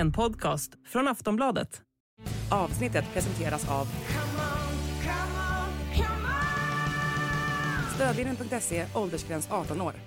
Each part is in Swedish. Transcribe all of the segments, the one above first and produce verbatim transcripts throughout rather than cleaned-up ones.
En podcast från Aftonbladet. Avsnittet presenteras av Stödlinjen punkt se, åldersgräns arton år.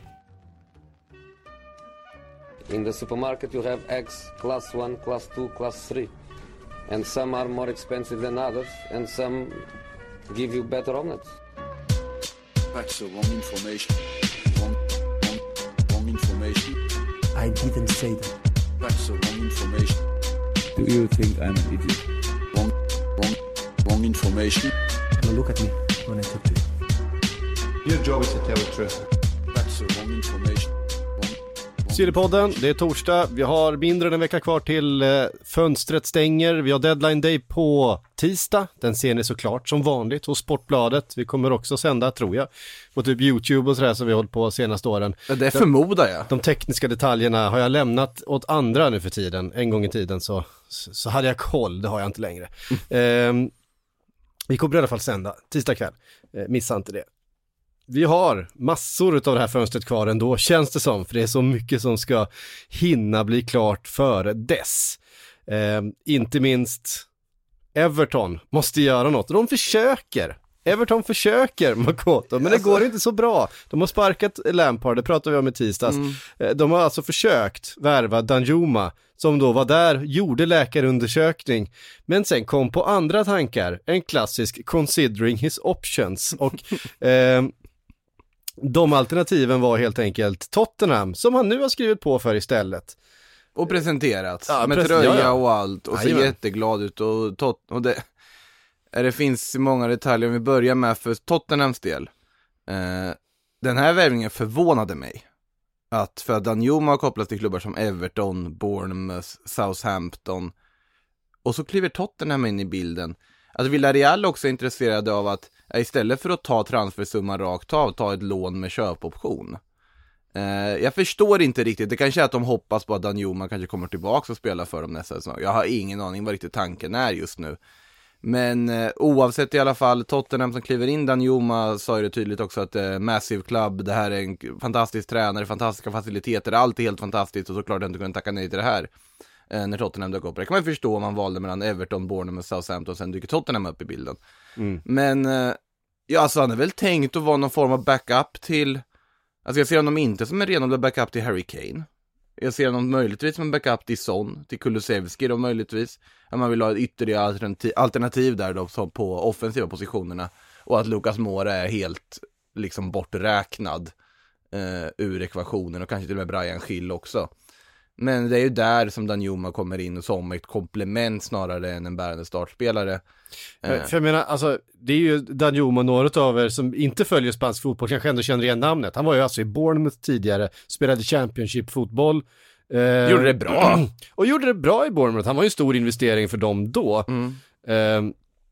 In the supermarket you have eggs class one, class two, class three. And some are more expensive than others, and some give you better omelets. That's the wrong information. Wrong, wrong, wrong information. I didn't say that. That's the wrong information. Do you think I'm an idiot? Wrong, wrong, wrong information. Now look at me when I talk to you. Your job is to tell the truth. That's the wrong information. Sillypodden, det är torsdag. Vi har mindre än en vecka kvar till eh, fönstret stänger. Vi har deadline day på tisdag. Den ser ni såklart som vanligt hos Sportbladet. Vi kommer också sända, tror jag, på typ YouTube och sådär som vi har hållit på senaste åren. Ja, det förmodar jag. De tekniska detaljerna har jag lämnat åt andra nu för tiden. En gång i tiden så, så hade jag koll, det har jag inte längre. Mm. Eh, vi kommer i alla fall sända tisdag kväll. Eh, missa inte det. Vi har massor av det här fönstret kvar ändå, känns det som, för det är så mycket som ska hinna bli klart före dess. Eh, inte minst Everton måste göra något. De försöker. Everton försöker, Makoto, men det går inte så bra. De har sparkat Lampard, det pratade vi om i tisdags. Mm. Eh, de har alltså försökt värva Danjuma, som då var där, gjorde läkarundersökning, men sen kom på andra tankar. En klassisk considering his options. Och eh, de alternativen var helt enkelt Tottenham, som han nu har skrivit på för istället. Och presenterat, ja, med pres- tröja ja, ja. och allt. Och ser jätteglad ut. Och, tot- och det, det finns många detaljer. Om vi börjar med för Tottenhams del. Eh, den här värvningen förvånade mig. Att för att Danjuma har kopplats till klubbar som Everton, Bournemouth, Southampton. Och så kliver Tottenham in i bilden. Att Villarreal också är intresserade av att istället för att ta transfersumman rakt av, ta ett lån med köpoption. Eh, jag förstår inte riktigt. Det kanske är att de hoppas på att Danjuma kanske kommer tillbaka och spelar för dem nästa säsong. Jag har ingen aning vad riktigt tanken är just nu. Men eh, oavsett i alla fall, Tottenham som kliver in Danjuma sa ju det tydligt också att eh, Massive Club, det här är en fantastisk tränare, fantastiska faciliteter, allt är helt fantastiskt och såklart inte kunna tacka nej till det här. När Tottenham dök upp. Det kan man förstå om man valde mellan Everton, Bournemouth och Southampton och sen dyker Tottenham upp i bilden. Mm. Men ja, alltså han är väl tänkt att vara någon form av backup till, alltså jag ser honom inte som en renodlad backup till Harry Kane. Jag ser honom möjligtvis som en backup till Son, till Kulusevski då möjligtvis. Att man vill ha ett ytterligare alternativ, alternativ där då som på offensiva positionerna. Och att Lucas Moura är helt liksom borträknad eh, ur ekvationen och kanske till och med Brian Schill också. Men det är ju där som Danjuma kommer in och som ett komplement snarare än en bärande startspelare. För, för jag menar, alltså, det är ju Danjuma, några av er som inte följer spansk fotboll kanske ändå känner igen namnet. Han var ju alltså i Bournemouth tidigare, spelade Championship-fotboll. Eh, gjorde det bra. Och gjorde det bra i Bournemouth. Han var ju en stor investering för dem då. Mm. Eh,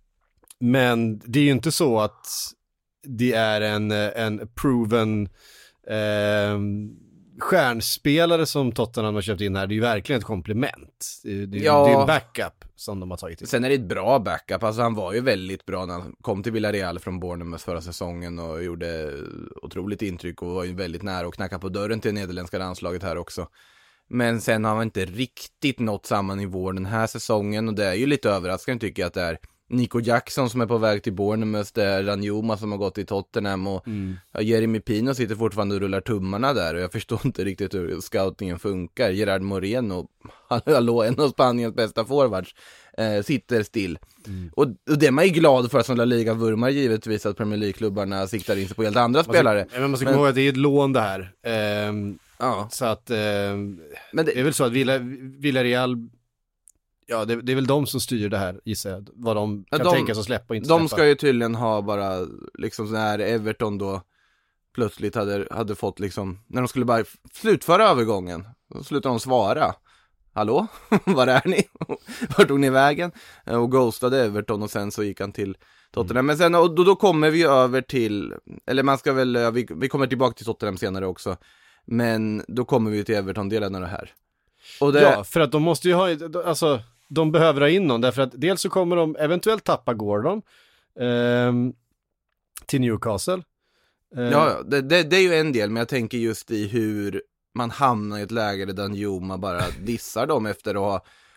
men det är ju inte så att det är en, en proven... Eh, stjärnspelare som Tottenham har köpt in här, det är ju verkligen ett komplement. Det är, det är, ja. det är en backup som de har tagit in. Sen är det ett bra backup. Alltså han var ju väldigt bra när han kom till Villarreal från Bournemouth förra säsongen och gjorde otroligt intryck och var ju väldigt nära och knackade på dörren till det nederländska landslaget här också. Men sen har han inte riktigt nått samma nivå den här säsongen och det är ju lite överraskande tycker jag att det är Nico Jackson som är på väg till Bournemouth, det är Danjuma som har gått till Tottenham och mm. ja, Jeremy Pino sitter fortfarande och rullar tummarna där och jag förstår inte riktigt hur scoutingen funkar. Gerard Moreno, hallå, en av Spaniens bästa forwards, eh, sitter still. Mm. Och, och det är man ju glad för som La Liga vurmar givetvis att Premier League-klubbarna siktar in sig på helt andra man spelare. Ska, men man ska komma ihåg att det är ett lån det här. Ehm, ja. Så att ehm, men det, det är väl så att Villa, Villarreal... Ja, det, det är väl de som styr det här, gissar jag. Vad de kan de, tänka sig att släppa och inte de släppa. De ska ju tydligen ha bara, liksom så här Everton då plötsligt hade, hade fått liksom, när de skulle bara slutföra övergången, då slutade de svara. Hallå? Var är ni? Var tog ni vägen? Och ghostade Everton och sen så gick han till Tottenham. Mm. Men sen, och då, då kommer vi över till, eller man ska väl, vi, vi kommer tillbaka till Tottenham senare också. Men då kommer vi till Everton-delen av det här. Och det... Ja, för att de måste ju ha, alltså... De behöver ha in någon, därför att dels så kommer de eventuellt tappa Gordon eh, till Newcastle. Eh. Ja, det, det, det är ju en del, men jag tänker just i hur man hamnar i ett läge där Danjuma bara dissar dem efter att ha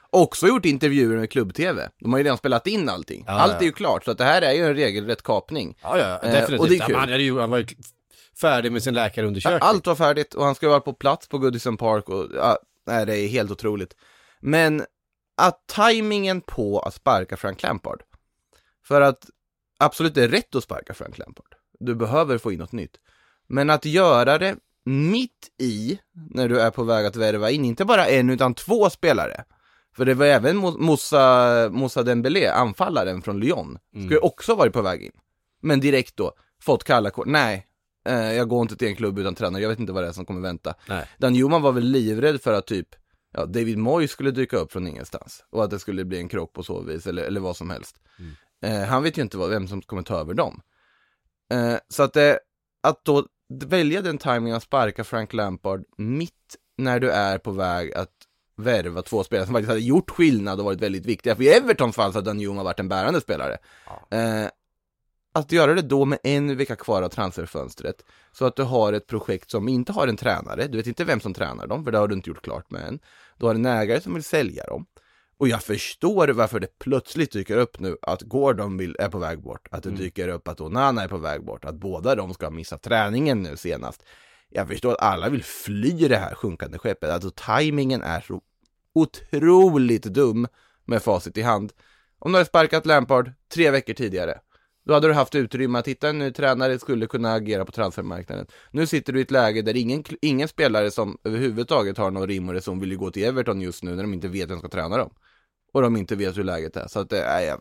Också gjort intervjuer med klubb-tv. De har ju redan spelat in allting. Ja, Allt ja. är ju klart, så att det här är ju en regelrätt kapning. Ja, ja, Eh, definitivt. och det är kul. Ja, han, hade ju, han var ju färdig med sin läkarundersökning. Allt var färdigt och han ska vara på plats på Goodison Park och ja, nej, det är helt otroligt. Men att tajmingen på att sparka Frank Lampard, för att absolut det är rätt att sparka Frank Lampard. Du behöver få in något nytt. Men att göra det mitt i, när du är på väg att värva in, inte bara en utan två spelare. För det var även Moussa, Moussa Dembélé, anfallaren från Lyon, skulle Mm. också varit på väg in. Men direkt då, fått kalla kort. Nej, eh, jag går inte till en klubb utan tränare. Jag vet inte vad det är som kommer vänta. Nej. Danjuma var väl livrädd för att typ ja, David Moyes skulle dyka upp från ingenstans. Och att det skulle bli en krock på så vis, eller, eller vad som helst. Mm. Eh, han vet ju inte vad, vem som kommer ta över dem. Eh, så att, eh, att då välja den timingen att sparka Frank Lampard mitt när du är på väg att värva två spelare som faktiskt hade gjort skillnad och varit väldigt viktiga. För i Evertons fall så hade Danjuma varit en bärande spelare. Ja. Eh, att göra det då med en vecka kvar av transferfönstret, så att du har ett projekt som inte har en tränare, du vet inte vem som tränar dem, för det har du inte gjort klart med än. Du har en ägare som vill sälja dem. Och jag förstår varför det plötsligt dyker upp nu att Gordon vill, är på väg bort, att det Mm. dyker upp att Onana är på väg bort, att båda de ska missa träningen nu senast. Jag förstår att alla vill fly det här sjunkande skeppet, alltså tajmingen är så otroligt dum med facit i hand. Om du hade sparkat Lampard tre veckor tidigare, då hade du haft utrymme att hitta en ny tränare, skulle kunna agera på transfermarknaden. Nu sitter du i ett läge där ingen, ingen spelare som överhuvudtaget har någon rim och reson vill ju gå till Everton just nu när de inte vet vem som ska träna dem. Och de inte vet hur läget är. Så att det är,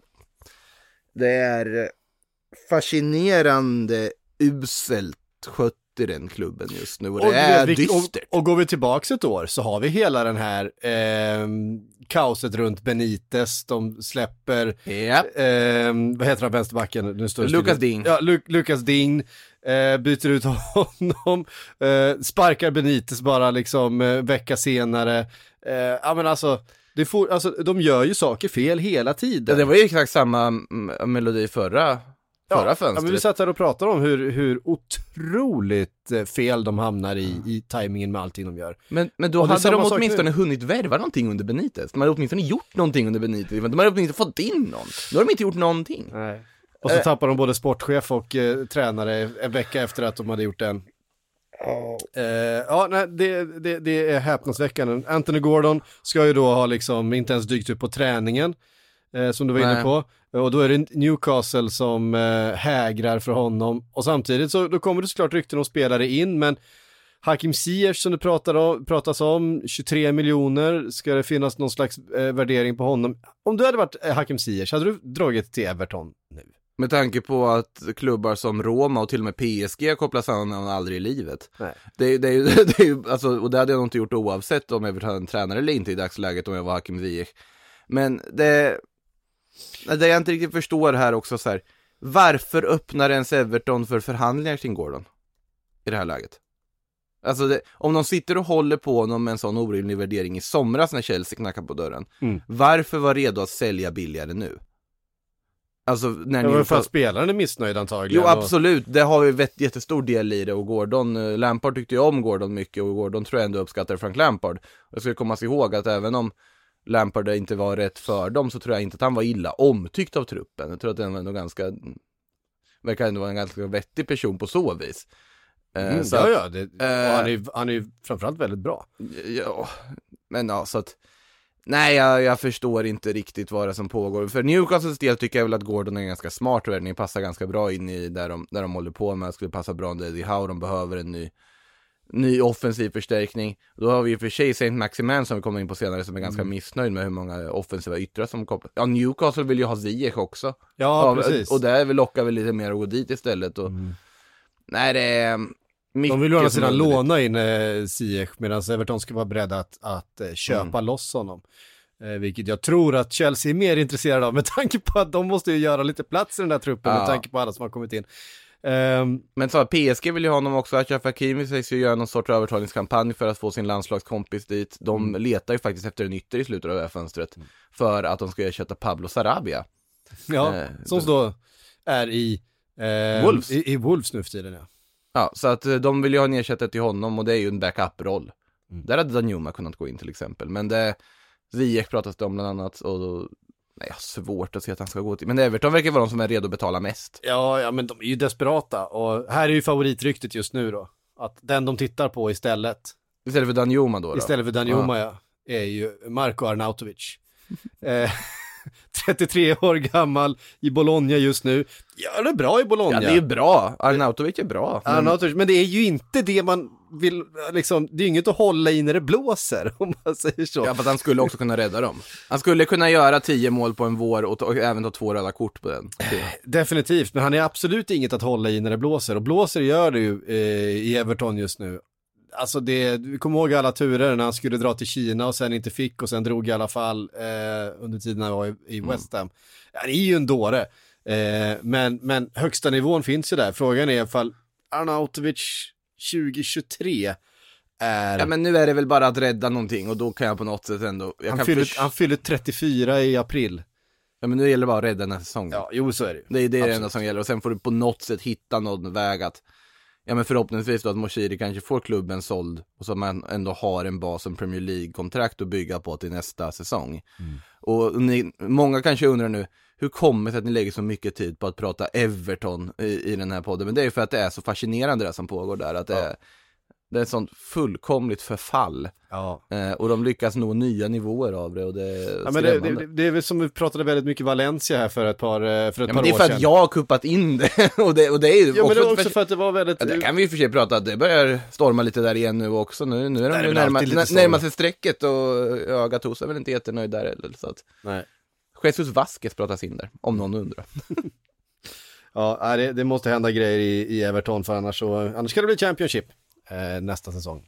det är fascinerande uselt skött i den klubben just nu. Och det Och, är vi, dystert. och, och går vi tillbaks ett år så har vi hela den här eh, kaoset runt Benitez. De släpper, Ja. eh, vad heter han, vänsterbacken? Nu står det Lucas still. Digne. Ja, Lu- Lucas Digne. Eh, byter ut honom. Eh, sparkar Benitez bara liksom eh, vecka senare. Eh, ja men alltså, det får, alltså, de gör ju saker fel hela Ja, tiden. det var ju exakt samma m- melodi förra, förra Ja, fönstret. men vi satt här och pratade om hur, hur otroligt eh, fel de hamnar i, i tajmingen med allting de gör. Men, men då Och det är hade de samma sak åtminstone nu. hunnit värva någonting under Benitez. De hade åtminstone gjort någonting under Benitez. De hade åtminstone fått in någon. Nu har de inte gjort någonting. Nej. Och så Eh. tappar de både sportchef och eh, tränare en vecka efter att de hade gjort den. Eh, ja, nej, det, det, det är häpnadsväckande. Anthony Gordon ska ju då ha liksom inte ens dykt upp på träningen, eh, som du var inne Nej. på. Och då är det Newcastle som eh, hägrar för honom. Och samtidigt så då kommer det såklart rykten om spelare in, men Hakim Ziyech som det pratar om, pratas om, tjugotre miljoner, ska det finnas någon slags eh, värdering på honom. Om du hade varit eh, Hakim Ziyech, hade du dragit till Everton nu? Med tanke på att klubbar som Roma och till och med P S G kopplas samman med någon aldrig i livet. Nej. Det, det, är ju- det är ju, alltså, och det hade jag nog inte gjort oavsett om Everton hade en tränare eller inte i dagsläget om jag var Hakim Ziyech. Men det, det jag inte riktigt förstår här också så här, varför öppnar ens Everton för förhandlingar kring Gordon i det här läget? Alltså det, om de sitter och håller på honom med en sån orimlig värdering i somras när Chelsea knackade på dörren, Mm. varför var redo att sälja billigare nu? Alltså när Det var ni för att spelaren är missnöjd antagligen. Jo, och- absolut. Det har vi ett jättestor del i det. Och Gordon, eh, Lampard tyckte ju om Gordon mycket. Och Gordon tror jag ändå uppskattar Frank Lampard. Jag ska komma ihåg att även om Lampard inte var rätt för dem, så tror jag inte att han var illa omtyckt av truppen. Jag tror att den var ändå ganska, verkar ändå vara en ganska vettig person på så vis. Eh, Mm, så ja, att- ja, det, eh, och han är ju han är ju framförallt väldigt bra. Ja, men ja, så att nej, jag, jag förstår inte riktigt vad det är som pågår. För Newcastles del tycker jag väl att Gordon är en ganska smart värvning, passar ganska bra in i där de, där de håller på med. Skulle passa bra under Eddie Howe, de behöver en ny, ny offensiv förstärkning. Då har vi ju för sig Saint Maximin som vi kommer in på senare, som är ganska Mm. missnöjd med hur många offensiva yttrar som kopplas. Ja, Newcastle vill ju ha Ziyech också. Ja, precis. Och där vill locka väl lite mer att gå dit istället. Och, Mm. nej, det är mycket De vill ju å andra som sidan är underligt. låna in eh, Ziyech, medan Everton ska vara beredda att, att eh, köpa Mm. loss honom. Eh, vilket jag tror att Chelsea är mer intresserade av, med tanke på att de måste ju göra lite plats i den där truppen, Ja. med tanke på alla som har kommit in. Ehm, Men så P S G vill ju ha honom också. Achraf Hakimi sägs ju göra någon sorts övertalningskampanj för att få sin landslagskompis dit. De Mm. letar ju faktiskt efter en ytter i slutet av det här fönstret för att de ska ersätta Pablo Sarabia. ja, Eh, som då är i, eh, Wolves. i, i Wolves nu för tiden, ja. Ja, så att eh, de vill ju ha en ersättare till honom och det är ju en backup-roll. Mm. Där hade Danjuma kunnat gå in till exempel. Men det, Ziyech pratas det om bland annat, och då, nej, jag har svårt att se att han ska gå till. Men Everton verkar vara de som är redo att betala mest. Ja, ja, men de är ju desperata. Och här är ju favoritryktet just nu då. Att den de tittar på istället. Istället för Danjuma då? då? Istället för Danjuma, ja. ja. Är ju Marko Arnautovic. eh, trettiotre år gammal i Bologna just nu. Ja, det är bra i Bologna. Ja, det är bra. Arnautovic är bra. Men... Arnautovic, men det är ju inte det man vill, liksom, det är inget att hålla i när det blåser, om man säger så. Ja, för han skulle också kunna rädda dem. Han skulle kunna göra tio mål på en vår och, ta, och även ta två röda kort på den. Definitivt, men han är absolut inget att hålla i när det blåser. Och blåser gör det ju eh, i Everton just nu. Alltså det, vi kommer ihåg alla turer när han skulle dra till Kina och sen inte fick och sen drog i alla fall eh, under tiden han var i, i West Ham. Mm. Han är ju en dåre. Eh, men, men högsta nivån finns ju där. Frågan är i alla fall Arnautovic tjugo tjugotre är... Ja, men nu är det väl bara att rädda någonting och då kan jag på något sätt ändå... Jag han, kan fyller, förs- han fyller trettiofyra i april. Ja, men nu gäller det bara att rädda den här säsongen. Ja, jo, så är det ju. Det är det, Absolut. det enda som gäller. Och sen får du på något sätt hitta någon väg att... Ja, men förhoppningsvis då att Moshiri kanske får klubben såld och så man ändå har en bas som Premier League-kontrakt att bygga på till nästa säsong. Mm. Och ni, många kanske undrar nu, hur kommer det att ni lägger så mycket tid på att prata Everton i, i den här podden? Men det är ju för att det är så fascinerande det som pågår där, att det, ja. är, det är ett sånt fullkomligt förfall. Ja. Eh, och de lyckas nå nya nivåer av det, och det är ja, men det, det, det är väl som vi pratade väldigt mycket Valencia här för ett par, för ett ja, par men det är år för sedan. att jag har kuppat in det. och, det och det är ju ja, också, men det är också för, för att det var väldigt... Ja, det kan vi ju för sig prata att det börjar storma lite där igen nu också. Nu, nu är de är ju det närma, alltid lite närma sig strecket, och ja, Gattuso är väl inte jättenöjd där eller så att... Nej. Jesus Vasquez pratas in där, om någon undrar. Ja, det, det måste hända grejer i, i Everton, för annars så, annars ska det bli Championship eh, nästa säsong.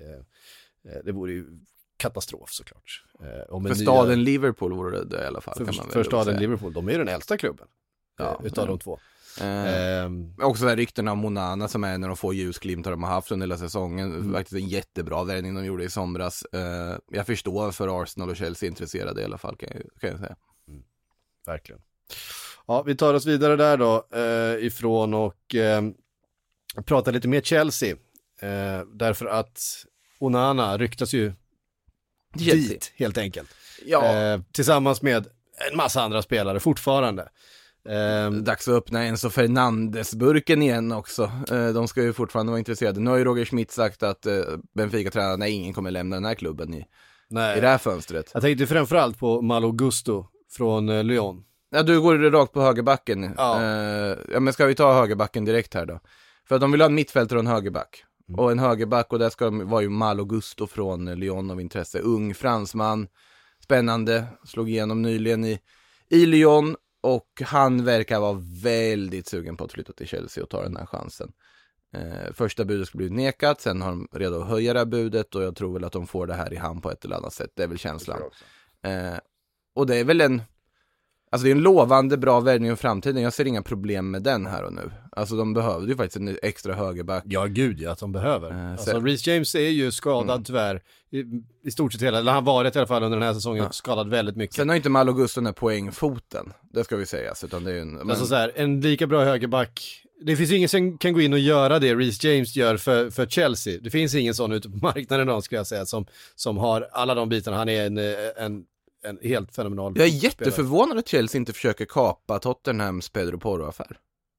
Det, det vore ju katastrof såklart. Eh, om för nya, staden Liverpool vore det, det i alla fall. För, kan man väl för staden säga. Liverpool, de är ju den äldsta klubben ja, eh, utav ja. de två. Eh, um, också där ryktena om Monana som är när de får ljusglimtar de har haft under hela säsongen. Mm. Faktiskt en jättebra värvning de gjorde i somras. Eh, jag förstår för Arsenal och Chelsea intresserade i alla fall, kan jag, kan jag säga. Mm. Verkligen. Ja, vi tar oss vidare där då eh, ifrån och eh, pratar lite mer Chelsea. Eh, därför att Onana ryktas ju Chelsea. dit helt enkelt. Ja. Eh, tillsammans med en massa andra spelare fortfarande. Eh, Dags att öppna Enzo Fernandes-burken igen också. Eh, de ska ju fortfarande vara intresserade. Nu har ju Roger Schmidt sagt att eh, Benfica-tränaren, nej, ingen kommer lämna den här klubben i, nej. i det här fönstret. Jag tänkte framförallt på Malo Gusto från eh, Lyon. Ja, du går rakt på högerbacken. Ja. Eh, ja, men ska vi ta högerbacken direkt här då? För att de vill ha en mittfältare och en högerback. Mm. Och en högerback, och där ska de, var ju Malo Gusto från Lyon av intresse. Ung fransman, spännande, slog igenom nyligen i, i Lyon. Och han verkar vara väldigt sugen på att flytta till Chelsea och ta den här chansen. Eh, första budet skulle bli nekat, sen har de redo att höja det här budet, och jag tror väl att de får det här i hand på ett eller annat sätt. Det är väl känslan. Eh, och det är väl en... Alltså det är en lovande bra värvning i framtiden. Jag ser inga problem med den här och nu. Alltså de behövde ju faktiskt en extra högerback. Ja, gud ja, att de behöver. Eh, alltså Reece James är ju skadad mm. tyvärr. I, I stort sett hela, eller han varit i alla fall under den här säsongen ja. skadad väldigt mycket. Sen har inte Malo Gusto den här poängfoten. Det ska vi säga. Utan det är ju en, men... Alltså så här, en lika bra högerback. Det finns ju ingen som kan gå in och göra det Reece James gör för, för Chelsea. Det finns ingen sån ute på marknaden då, skulle jag säga, som, som har alla de bitarna. Han är en, en En helt fenomenal. Jag är jätteförvånad att Chelsea inte försöker kapa Tottenhams Pedro Porro-affär.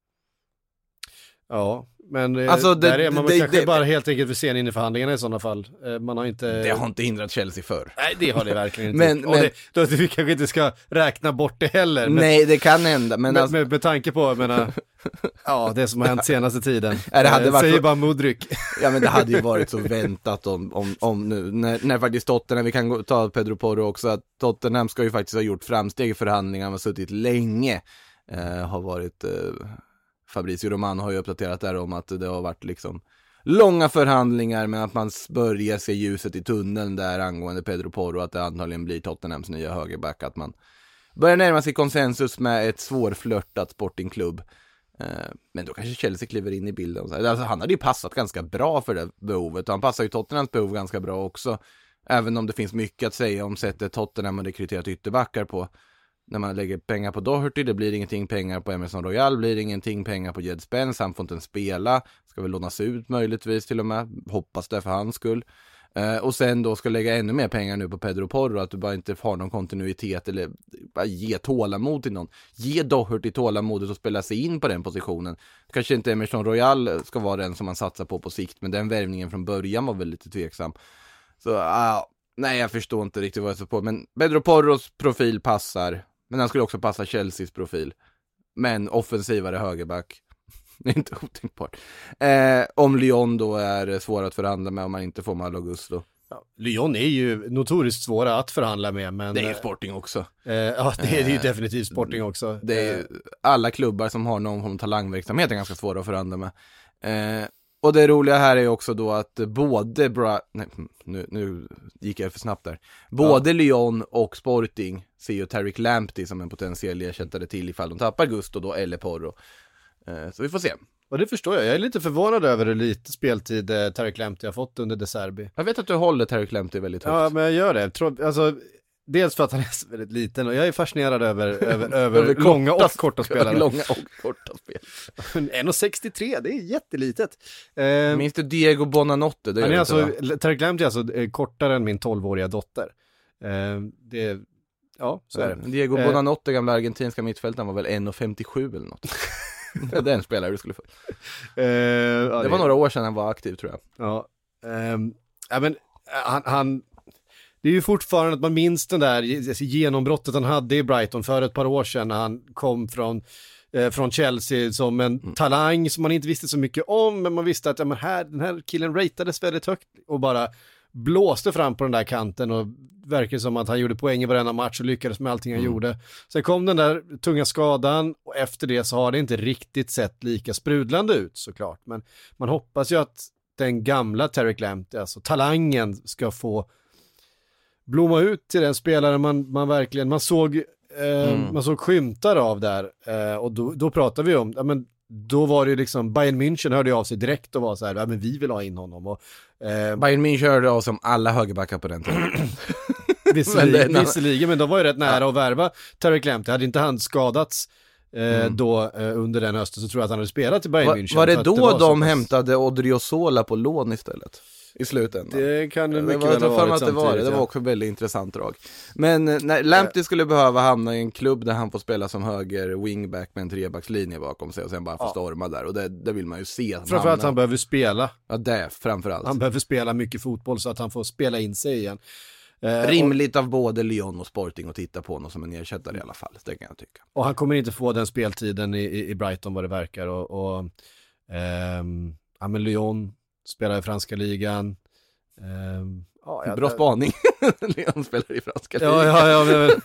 Ja, men alltså, där det, är man det, kanske det, bara helt enkelt för sen in i förhandlingarna i sådana fall. Man har inte... Det har inte hindrat Chelsea för. Nej, det har det verkligen inte. men, och men... det, då, vi kanske inte ska räkna bort det heller. Men, nej, det kan hända. Men med, alltså... med, med tanke på, jag menar, ja, det som har hänt senaste tiden. Ja, det hade varit säger så... bara Mudryk. Ja, men det hade ju varit så väntat om, om, om nu, när, när faktiskt Tottenham, vi kan gå, ta Pedro Porro också, att Tottenham ska ju faktiskt ha gjort framsteg i förhandlingarna, har suttit länge, eh, har varit, eh, Fabrizio Romano har ju uppdaterat där om att det har varit liksom långa förhandlingar, men att man börjar se ljuset i tunneln där angående Pedro Porro, att det antagligen blir Tottenhams nya högerback, att man börjar närma sig konsensus med ett svårflörtat sportingklubb. Men då kanske Chelsea kliver in i bilden. Alltså, han hade ju passat ganska bra för det behovet. Han passar ju Tottenhams behov ganska bra också. Även om det finns mycket att säga om sättet Tottenham har rekryterat ytterbackar på. När man lägger pengar på Doherty, det blir ingenting pengar på Emerson Royal, blir ingenting pengar på Jed Spence. Han får inte ens spela. Ska väl lånas ut möjligtvis till och med. Hoppas det för hans skull. Eh, och sen då ska lägga ännu mer pengar nu på Pedro Porro, att du bara inte har någon kontinuitet eller bara ge tålamod till någon. Ge Doherty tålamodet och spela sig in på den positionen. Kanske inte Emerson Royal ska vara den som man satsar på på sikt, men den värvningen från början var väl lite tveksam. Så ah, nej, jag förstår inte riktigt vad jag ska på. Men Pedro Porros profil passar, men han skulle också passa Chelseas profil. Men offensivare högerback. Det är inte otänkbart. Eh, om Lyon då är svåra att förhandla med om man inte får Malo Gusto. Ja, Lyon är ju notoriskt svåra att förhandla med. Men, det är ju Sporting också. Eh, ja, det är, det är ju definitivt Sporting också. Det är ju, alla klubbar som har någon form av talangverksamhet är ganska svåra att förhandla med. Eh, och det roliga här är också då att både Bra... Nej, nu, nu gick jag för snabbt där. Både ja. Lyon och Sporting ser ju Tariq Lamptey som en potentiell ersättare till ifall de tappar Gusto då eller Porro. Så vi får se. Och det förstår jag. Jag är lite förvånad över hur lite speltid eh, Tariq Lamptey har fått under De Zerbi. Jag vet att du håller Tariq Lamptey väldigt högt. Ja, men jag gör det. Tror, alltså, dels för att han är väldigt liten och jag är fascinerad över, över, över, över långa korta, och korta spelare. Långa och korta spel. en komma sextiotre, det är jättelitet. Eh, Minns du Diego Bonanotte? Det han är alltså, Tariq Lamptey är alltså eh, kortare än min tolvåriga dotter. Eh, det Ja, så är det. Diego eh, Bonanotte, gamla argentinska mittfältaren, var väl en komma femtiosju eller något. Det är den spelare du skulle få. Uh, ja, det, det var några år sedan han var aktiv, tror jag. Ja, um, ja men han, han det är ju fortfarande att man minns den där genombrottet han hade i Brighton för ett par år sedan när han kom från, eh, från Chelsea som en mm. talang som man inte visste så mycket om, men man visste att ja, men här, den här killen ratades väldigt högt och bara blåste fram på den där kanten och verkar som att han gjorde poäng i varenda match och lyckades med allting han mm. gjorde. Sen kom den där tunga skadan och efter det så har det inte riktigt sett lika sprudlande ut såklart. Men man hoppas ju att den gamla Tariq Lamptey, alltså talangen, ska få blomma ut till den spelare man, man verkligen, man såg eh, mm. man såg skymtar av där eh, och då, då pratar vi om, ja men då var det ju liksom, Bayern München hörde av sig direkt och var så här, ja men vi vill ha in honom. Och, eh, Bayern München hörde av sig om alla högerbackar på den tiden. visserligen, men, visserligen, men de var ju rätt nära ja. att värva Tariq Lamptey. Hade inte han skadats eh, mm. då eh, under den hösten så tror jag att han hade spelat i Bayern Va, München. Var det då det var de hämtade Odriozola på lån istället? I slutändan. Det kan det mycket väl ha varit att det var det. Det var också väldigt intressant drag. Men när Lamptey skulle behöva hamna i en klubb där han får spela som höger wingback med en trebackslinje bakom sig och sen bara få ja. storma där. Och det, det vill man ju se. Framförallt han, han behöver spela. Ja, det framförallt. Han behöver spela mycket fotboll så att han får spela in sig igen. Eh, Rimligt och, av både Lyon och Sporting att titta på honom som en ersättare i alla fall. Det kan jag tycka. Och han kommer inte få den speltiden i, i, i Brighton vad det verkar. Och, och ehm, ja, men Lyon spelar i franska ligan. Um, ja, ja, bra det... spaning. Leon spelar i franska ligan. Ja, ja, ja, men...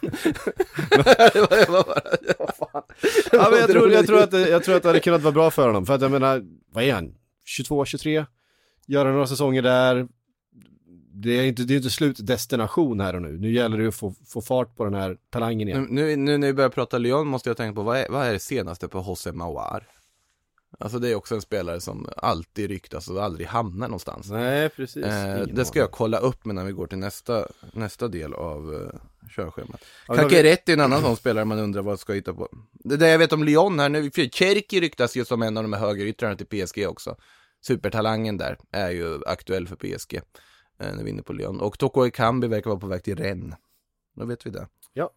det var, det var bara... ja, ja, men jag tror, jag, tror att det, jag tror att det hade kunnat vara bra för honom. För att jag menar, vad är han? tjugotvå tjugotre? Göra några säsonger där. Det är inte, det är inte slutdestination här och nu. Nu gäller det att få, få fart på den här talangen igen. Nu, nu när vi börjar prata Lyon måste jag tänka på, vad är, vad är det senaste på José Mauar? Alltså det är också en spelare som alltid ryktas och aldrig hamnar någonstans. Nej, precis. Eh, det ska jag kolla upp med när vi går till nästa, nästa del av uh, körschemat. Ja, Canqueret är en annan sån spelare man undrar vad ska hitta på. Det där jag vet om Lyon här nu, Cherki ryktas ju som en av de här högeryttrarna till P S G också. Supertalangen där är ju aktuell för P S G eh, när vi är inne på Lyon. Och Toko Ekambi verkar vara på väg till Rennes. Då vet vi det. Ja.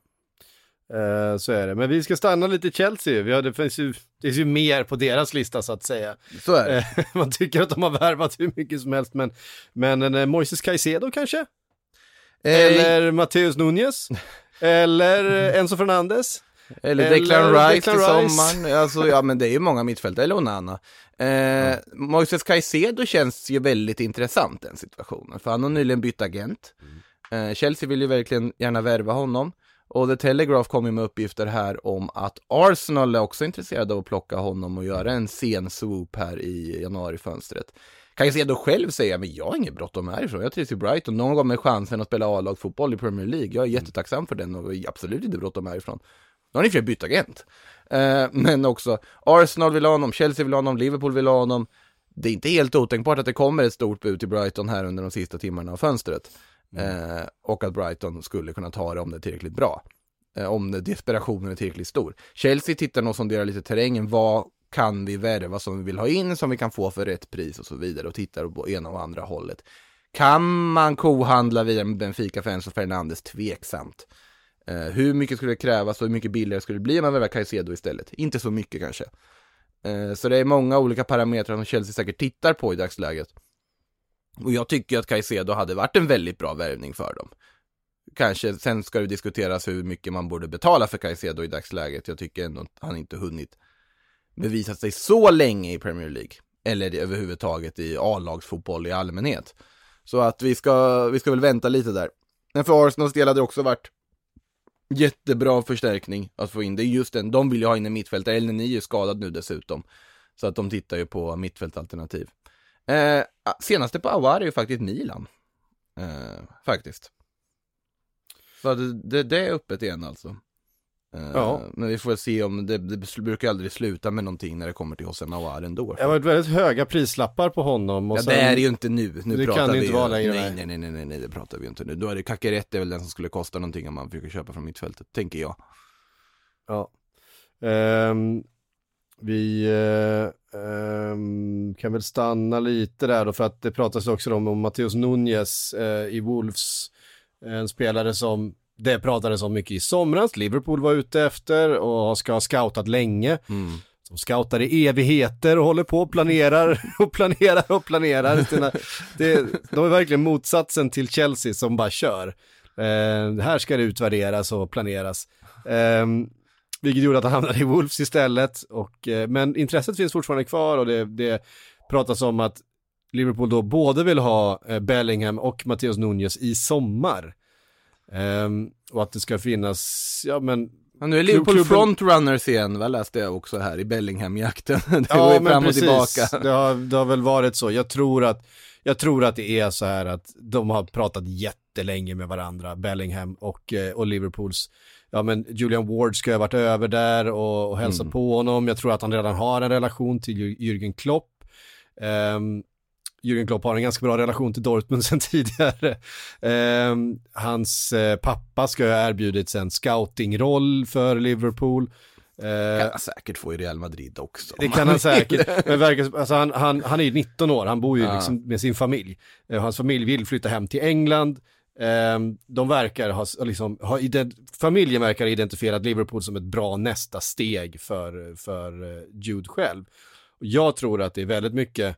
Uh, så är det. Men vi ska stanna lite i Chelsea. Vi har, det, finns ju, det finns ju mer på deras lista så att säga. Så är det. Uh, man tycker att de har värvat hur mycket som helst. Men, men uh, Moises Caicedo kanske? Uh, eller Mateus Nunes? Eller Enzo Fernandes? Eller, eller Declan Rice till sommaren. Alltså, ja, men det är ju många mittfält. Eller Onana. Eh, mm. Moises Caicedo känns ju väldigt intressant den situationen. För han har nyligen bytt agent. Mm. Eh, Chelsea vill ju verkligen gärna värva honom. Och The Telegraph kom ju med uppgifter här om att Arsenal är också intresserade av att plocka honom och göra en sen swoop här i januarifönstret. Kan jag säga då själv säga, men jag har inget bråttom härifrån. Jag trivs i Brighton. Någon gång med chansen att spela A-lagsfotboll i Premier League. Jag är jättetacksam för den och absolut inte bråttom härifrån. Nu har ni fler bytt agent. Eh, men också Arsenal vill ha honom, Chelsea vill ha honom, Liverpool vill ha honom. Det är inte helt otänkbart att det kommer ett stort bud till Brighton här under de sista timmarna av fönstret. Mm. Eh, och att Brighton skulle kunna ta det om det är tillräckligt bra. Eh, om det, desperationen är tillräckligt stor. Chelsea tittar nog sonderar lite terrängen. Vad kan vi värva som vi vill ha in, som vi kan få för rätt pris och så vidare. Och tittar på ena och andra hållet. Kan man kohandla via Benfica för Enzo Fernandes? Tveksamt. Uh, hur mycket skulle det krävas och hur mycket billigare skulle det bli om man väljer Caicedo istället? Inte så mycket kanske. Uh, så det är många olika parametrar som Chelsea säkert tittar på i dagsläget. Och jag tycker att Caicedo hade varit en väldigt bra värvning för dem. Kanske, sen ska det diskuteras hur mycket man borde betala för Caicedo i dagsläget. Jag tycker ändå att han inte hunnit bevisa sig så länge i Premier League. Eller överhuvudtaget i A-lagsfotboll i allmänhet. Så att vi ska, vi ska väl vänta lite där. Men för Arsenals del hade det också varit jättebra förstärkning att få in. Det är just den, de vill ju ha in en mittfältare. El Neni är ju skadad nu dessutom. Så att de tittar ju på mittfältalternativ. Eh, senaste på Aouar är ju faktiskt Milan. Eh, faktiskt. Så det, det, det är öppet igen alltså. Uh, ja. Men vi får väl se om det, det brukar aldrig sluta med någonting när det kommer till Hossein Aouar ändå. Det har varit väldigt höga prislappar på honom. Och ja, sen, det är ju inte nu. nu det pratar kan vi ju inte vara längre. Nej, nej, nej, nej, nej, nej, det pratar vi ju inte nu. Då är det Kakerett är väl den som skulle kosta någonting om man försöker köpa från mittfältet, tänker jag. Ja. Um, vi uh, um, kan väl stanna lite där då, för att det pratas också om, om Matheus Nunes uh, i Wolves. En spelare som det pratades om mycket i somras. Liverpool var ute efter och ska ha scoutat länge. Mm. Som scoutar i evigheter och håller på och planerar och planerar och planerar. Det, de är verkligen motsatsen till Chelsea som bara kör. Eh, här ska det utvärderas och planeras. Eh, vilket gjorde att han hamnade i Wolves istället. Och, eh, men intresset finns fortfarande kvar och det, det pratas om att Liverpool då både vill ha eh, Bellingham och Matheus Nunes i sommar. Um, och att det ska finnas, ja men... Ja, nu är Liverpool klubben... frontrunners igen, vad läste jag också här i Bellingham-jakten. Det ja, går ju men fram och precis. tillbaka. Det har, det har väl varit så. Jag tror att jag tror att det är så här att de har pratat jättelänge med varandra, Bellingham och, och Liverpools. Ja, men Julian Ward ska ha varit över där och, och hälsa mm. på honom. Jag tror att han redan har en relation till Jürgen Klopp. Um, Jürgen Klopp har en ganska bra relation till Dortmund sedan tidigare. Eh, hans eh, pappa ska ha erbjudits en scoutingroll för Liverpool. Eh, kan han säkert få i Real Madrid också. Det kan han säkert. Men verkar, alltså han, han, han är ju nitton år, han bor ju ja. liksom med sin familj. Eh, hans familj vill flytta hem till England. Eh, de verkar ha, liksom, ha ident- familjen verkar ha identifierat Liverpool som ett bra nästa steg för, för uh, Jude själv. Och jag tror att det är väldigt mycket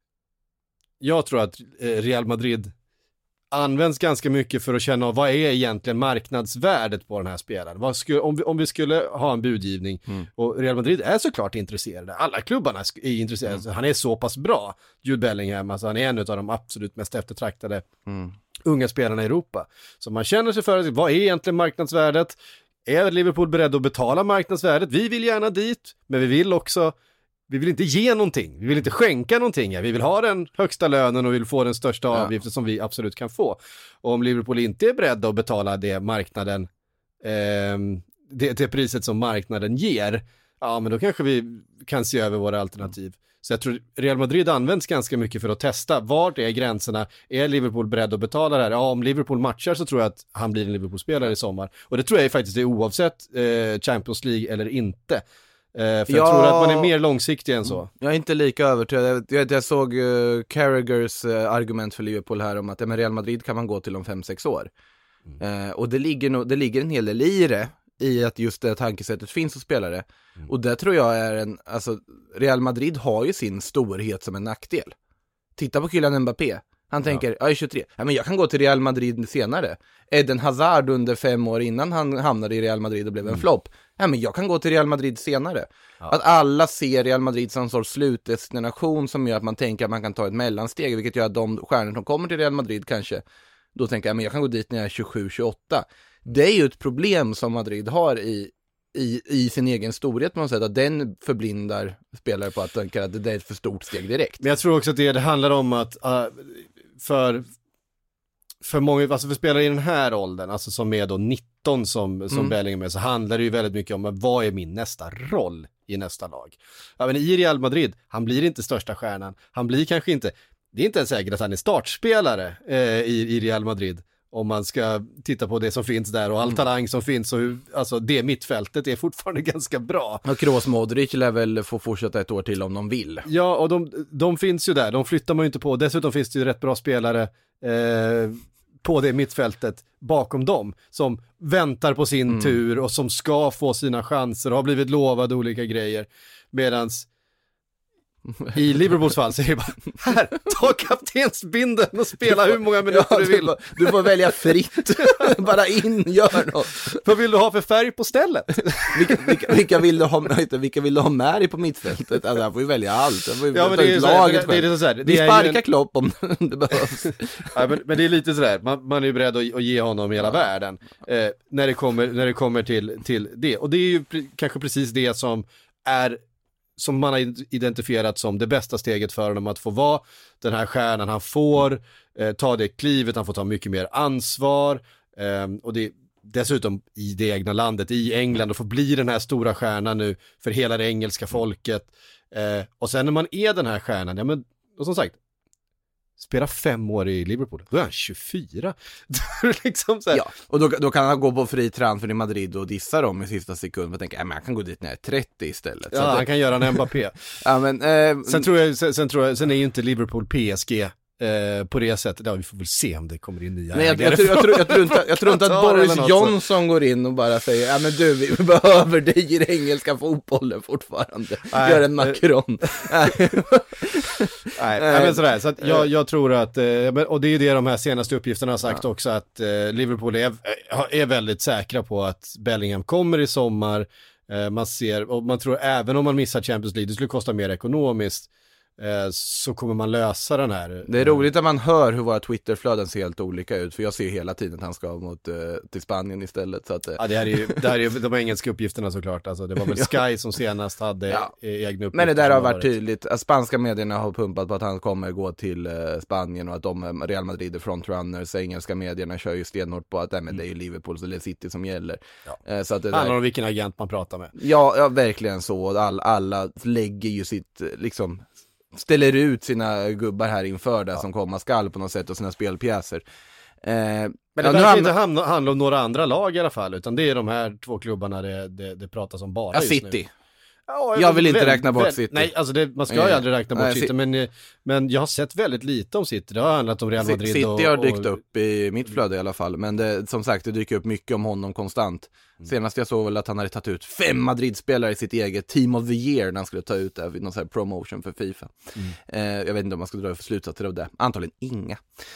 Jag tror att Real Madrid används ganska mycket för att känna av vad är egentligen marknadsvärdet på den här spelaren. Vad skulle, om, vi, om vi skulle ha en budgivning mm. och Real Madrid är såklart intresserade. Alla klubbarna är intresserade. Mm. Han är så pass bra. Jude Bellingham, alltså han är en av de absolut mest eftertraktade mm. unga spelarna i Europa. Så man känner sig för vad är egentligen marknadsvärdet? Är Liverpool beredd att betala marknadsvärdet? Vi vill gärna dit, men vi vill också Vi vill inte ge någonting, vi vill inte skänka någonting. Vi vill ha den högsta lönen och vill få den största ja. avgiften som vi absolut kan få. Och om Liverpool inte är beredda att betala det marknaden, eh, det, det priset som marknaden ger, ja men då kanske vi kan se över våra alternativ. Så jag tror Real Madrid används ganska mycket för att testa vart är gränserna. Är Liverpool beredd att betala det här? Ja, om Liverpool matchar så tror jag att han blir en Liverpool-spelare i sommar. Och det tror jag faktiskt är oavsett eh, Champions League eller inte. Uh, för jag ja, tror att man är mer långsiktig än så. Jag är inte lika övertygad. Jag, jag såg uh, Carragers uh, argument för Liverpool här om att ja, med Real Madrid kan man gå till om fem sex år. Mm. Uh, och det ligger, no, det ligger en hel del i det, i att just det tankesättet finns hos spelare. Mm. Och det tror jag är en, alltså Real Madrid har ju sin storhet som en nackdel. Titta på Kylian Mbappé. Han tänker, ja. jag är tjugotre. Ja, men jag kan gå till Real Madrid senare. Eden Hazard under fem år innan han hamnade i Real Madrid och blev en mm. flopp. Ja, men jag kan gå till Real Madrid senare. Ja. Att alla ser Real Madrid som en sorts slutdestination som gör att man tänker att man kan ta ett mellansteg. Vilket gör att de stjärnor som kommer till Real Madrid kanske, då tänker jag, men jag kan gå dit när jag är tjugosju tjugoåtta. Det är ju ett problem som Madrid har i, i, i sin egen storhet på något sätt. Att den förblindar spelare på att tänka att det är ett för stort steg direkt. Men jag tror också att det, det handlar om att uh, för... För många, alltså för spelare i den här åldern, alltså som är då nitton som, som mm. Bellingham är, så handlar det ju väldigt mycket om vad är min nästa roll i nästa lag. Ja, men i Real Madrid, han blir inte största stjärnan, han blir kanske inte, det är inte ens säkert att han är startspelare eh, i, i Real Madrid. Om man ska titta på det som finns där och all mm. talang som finns. Och hur, alltså det mittfältet är fortfarande ganska bra. Och Kroos, Modric lär väl få fortsätta ett år till om de vill. Ja, och de, de finns ju där. De flyttar man ju inte på. Dessutom finns det ju rätt bra spelare eh, på det mittfältet bakom dem. Som väntar på sin mm. tur och som ska få sina chanser och har blivit lovade olika grejer. Medans i Liverpools fall så är det bara, här, ta kaptensbinden och spela hur många minuter ja, du vill. Du, du får välja fritt, bara in, gör något. Vad vill du ha för färg på stället? vilka, vilka, vilka, vill du ha, vilka vill du ha med dig på mittfältet? Alltså, jag får ju välja allt. Jag får ju ja, men det är laget det, det, det är så här, det Vi är sparkar en... Klopp om det behövs. Ja, men, men det är lite sådär, man, man är ju beredd att, att ge honom hela ja. världen eh, när det kommer, när det kommer till, till det. Och det är ju pre- kanske precis det som är som man har identifierat som det bästa steget för honom att få vara den här stjärnan. Han får eh, ta det klivet, han får ta mycket mer ansvar eh, och det dessutom i det egna landet, i England, och få bli den här stora stjärnan nu för hela det engelska folket. Eh, och sen när man är den här stjärnan, ja men, och som sagt, spela fem år i Liverpool, då är han tjugofyra. liksom så här. Ja, och då, då kan han gå på fri transfer i Madrid och dissa dem i sista sekund och tänka, men jag kan gå dit när jag är trettio istället. Ja, så han det... kan göra en Mbappé. ja, men, eh... sen, tror jag, sen, sen, tror jag, sen är ju inte Liverpool P S G eh, på det sättet. Ja, vi får väl se om det kommer in nya. Nej, jag, jag, jag, jag, tror, jag, tror inte, jag tror inte att Boris Johnson går in och bara säger, ja men du, vi behöver dig i den engelska fotbollen fortfarande. Nej, gör en Macron. Nej, men sådär. Så att jag, jag tror att, och det är ju det de här senaste uppgifterna har sagt ja. också, att Liverpool är, är väldigt säkra på att Bellingham kommer i sommar. Man ser, och man tror även om man missar Champions League, det skulle kosta mer ekonomiskt, så kommer man lösa den här. Det är roligt att man hör hur våra Twitterflöden ser helt olika ut, för jag ser hela tiden att han ska mot, uh, till Spanien istället. Så att, uh... ja, det här är ju, det här är ju de engelska uppgifterna såklart. Alltså, det var väl Sky som senast hade ja. egna uppgifter. Men det där har varit, varit tydligt. Att spanska medierna har pumpat på att han kommer gå till uh, Spanien och att de, Real Madrid är frontrunners. Engelska medierna kör ju stenhårt på att äh, men det är ju Liverpool eller City som gäller. Ja. Uh, så att det handlar där... om vilken agent man pratar med. Ja, ja verkligen så. All, alla lägger ju sitt, liksom... ställer ut sina gubbar här inför det ja. som komma skall på något sätt och sina spelpjäser. Eh, men det ja, verkar hamn... inte handla, handla om några andra lag i alla fall, utan det är de här två klubbarna det, det, det pratas om bara ja, just City. Nu. Ja, jag vill inte väl, räkna bort väl, City. Nej, alltså det, man ska ju nej, aldrig räkna bort nej, City, men, men jag har sett väldigt lite om City. Det har handlat om Real Madrid. City och, har dykt och... upp i mitt flöde i alla fall, men det, som sagt, det dyker upp mycket om honom konstant. Senast jag såg väl att han hade tagit ut fem Madrid-spelare i sitt eget Team of the Year när han skulle ta ut det vid någon sån här promotion för FIFA. Mm. Eh, jag vet inte om man skulle dra för slutsatser av det. Antagligen inga.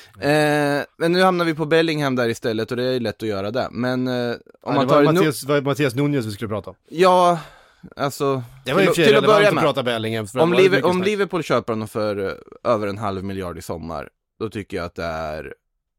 Mm. Eh, men nu hamnar vi på Bellingham där istället och det är lätt att göra det. Men eh, om ja, man det tar var Mattias, no- Mattias Nunez vi skulle prata om. Ja, alltså... Det var ju till, till att börja med. Att prata Bellingham. Om, Liv- om Liverpool köper honom för uh, över en halv miljard i sommar, då tycker jag att det är...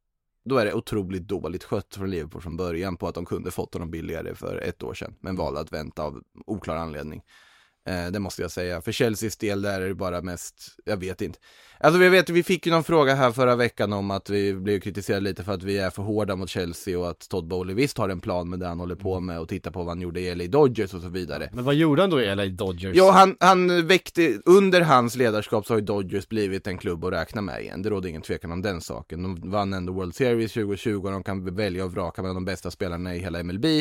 Då är det otroligt dåligt skött från Liverpool från början på att de kunde fått honom billigare för ett år sedan. Men valde att vänta av oklar anledning. Eh, det måste jag säga. För Chelseas del där är det bara mest, jag vet inte. Alltså vi vet, vi fick ju någon fråga här förra veckan om att vi blev kritiserade lite för att vi är för hårda mot Chelsea och att Todd Bowley visst har en plan med det han håller på med och titta på vad han gjorde i L A Dodgers och så vidare. Men vad gjorde han då i L A Dodgers? Ja, han, han väckte, under hans ledarskap så har ju Dodgers blivit en klubb att räkna med igen. Det råder ingen tvekan om den saken. De vann ändå World Series tjugo tjugo och de kan välja och vraka mellan de bästa spelarna i hela M L B.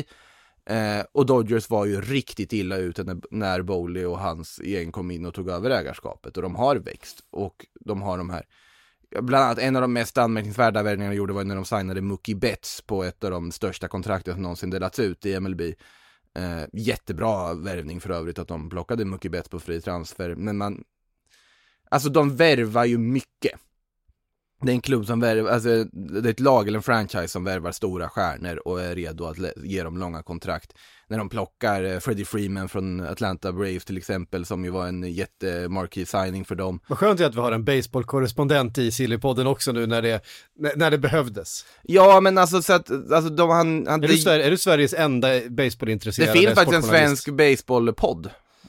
Eh, och Dodgers var ju riktigt illa ute när, när Bowley och hans gäng kom in och tog över ägarskapet, och de har växt och de har de här, bland annat en av de mest anmärkningsvärda värvningarna de gjorde var när de signade Mookie Betts på ett av de största kontrakten som någonsin delats ut i M L B. Eh, jättebra värvning för övrigt att de plockade Mookie Betts på fri transfer, men man, alltså de värvar ju mycket. Det är en klubb som värvar, alltså det är ett lag eller en franchise som värvar stora stjärnor och är redo att ge dem långa kontrakt. När de plockar Freddie Freeman från Atlanta Braves till exempel, som ju var en jättemarquee signing för dem. Vad skönt är att vi har en baseballkorrespondent i Sillypodden också nu när det, när det behövdes. Ja, men alltså så att, alltså de, han, han är, du Sver- är du Sveriges enda baseballintresserade? Det finns faktiskt en svensk baseballpodd.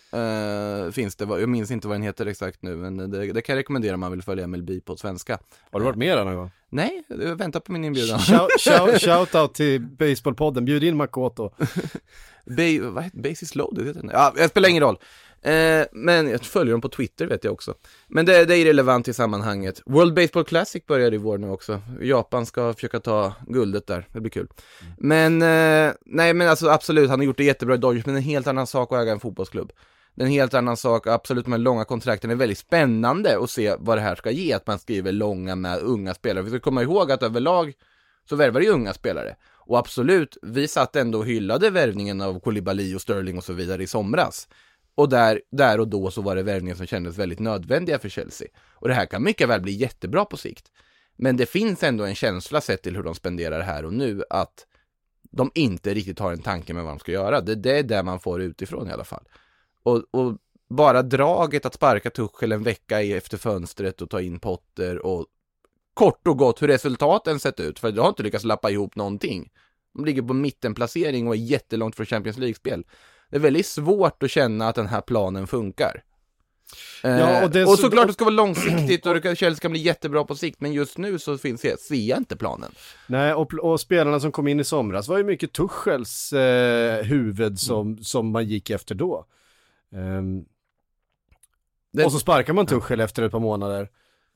Uh, finns det, jag minns inte vad den heter exakt nu, men det, det kan jag rekommendera om man vill följa M L B på svenska. Har du varit med någon gång? Nej, jag väntar på min inbjudan. Shout, shout, shout out till baseballpodden, bjud in Makoto. Ba- vad heter Basis Loaded? Heter det? Ja, det spelar ingen roll. Eh, men jag följer dem på Twitter, vet jag också. Men det, det är relevant i sammanhanget. World Baseball Classic börjar i vår nu också. Japan ska försöka ta guldet där. Det blir kul. Mm. Men, eh, nej men alltså absolut, han har gjort det jättebra i Dodgers, men en helt annan sak att äga en fotbollsklubb. Det är en helt annan sak, absolut, med långa kontrakten är väldigt spännande att se vad det här ska ge, att man skriver långa med unga spelare. Vi ska komma ihåg att överlag så värvar det unga spelare. Och absolut, vi satt ändå och hyllade värvningen av Koulibaly och Sterling och så vidare i somras. Och där, där och då så var det värvningen som kändes väldigt nödvändiga för Chelsea. Och det här kan mycket väl bli jättebra på sikt. Men det finns ändå en känsla sett till hur de spenderar här och nu att de inte riktigt har en tanke med vad de ska göra. Det, det är det man får utifrån i alla fall. Och, och bara draget att sparka Tuchel en vecka efter fönstret och ta in Potter och kort och gott hur resultaten sett ut. För de har inte lyckats lappa ihop någonting. De ligger på mittenplacering och är jättelångt från Champions League-spel. Det är väldigt svårt att känna att den här planen funkar. Ja, och, det och såklart så... det ska vara långsiktigt och det kan, Chelsea kan bli jättebra på sikt, men just nu så finns det, ser jag inte planen. Nej, och, och spelarna som kom in i somras var ju mycket Tuchels eh, huvud som, mm. som man gick efter då. Um, det... Och så sparkar man Tuchel efter ett par månader.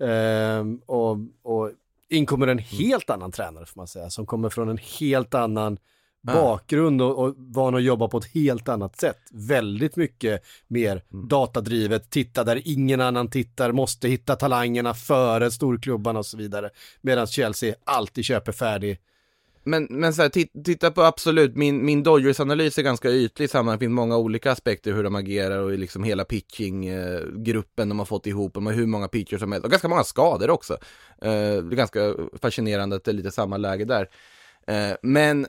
Um, och, och in kommer en helt annan tränare, får man säga, som kommer från en helt annan bakgrund och, och van att jobba på ett helt annat sätt. Väldigt mycket mer mm. datadrivet, titta där ingen annan tittar, måste hitta talangerna före storklubbarna och så vidare. Medan Chelsea alltid köper färdig. Men, men så här, t- titta på absolut, min, min Dodgers-analys är ganska ytlig samman. Det finns många olika aspekter hur de agerar och liksom hela pitching-gruppen de har fått ihop och med hur många pitchers som helst. Och ganska många skador också. Uh, det är ganska fascinerande att det är lite samma läge där. Uh, men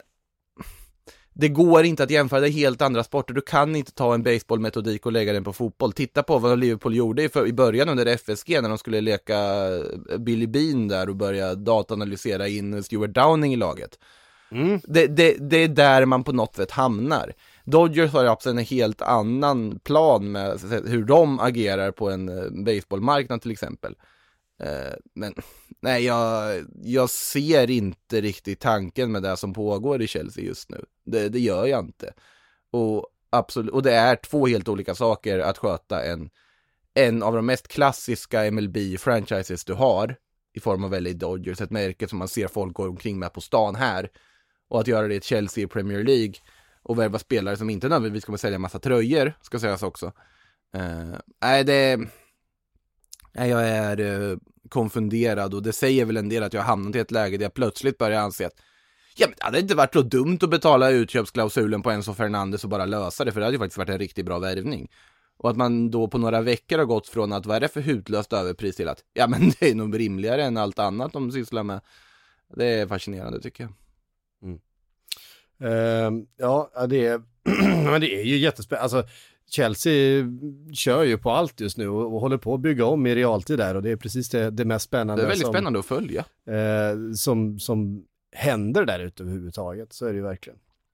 det går inte att jämföra, det är helt andra sporter. Du kan inte ta en baseballmetodik och lägga den på fotboll. Titta på vad Liverpool gjorde i, för, i början under F S G när de skulle leka Billy Bean där och börja dataanalysera in Stuart Downing i laget. Mm. Det, det, det är där man på något sätt hamnar. Dodgers har absolut en helt annan plan med hur de agerar på en baseballmarknad till exempel. Men nej, jag, jag ser inte riktigt tanken med det som pågår i Chelsea just nu. Det, det gör jag inte. Och, absolut, och det är två helt olika saker att sköta en, en av de mest klassiska M L B-franchises du har i form av L A Dodgers, ett märke som man ser folk gå omkring med på stan här, och att göra det i Chelsea i Premier League och värva spelare som inte nödvändigtvis kommer sälja massa tröjor, ska sägas också. Uh, nej, det... Nej, jag är uh, konfunderad och det säger väl en del att jag har hamnat i ett läge där jag plötsligt börjar anse att ja, men det hade inte varit så dumt att betala utköpsklausulen på Enzo Fernandes och bara lösa det, för det hade ju faktiskt varit en riktigt bra värvning. Och att man då på några veckor har gått från att vad är det för hutlöst överpris till att ja, men det är nog rimligare än allt annat de sysslar med. Det är fascinerande tycker jag. Mm. Uh, ja, det är, men det är ju jättespännande. Alltså Chelsea kör ju på allt just nu och, och håller på att bygga om i realtid där, och det är precis det, det mest spännande. Det är väldigt som, spännande att följa. Eh, som, som händer där ute överhuvudtaget, så är det ju verkligen.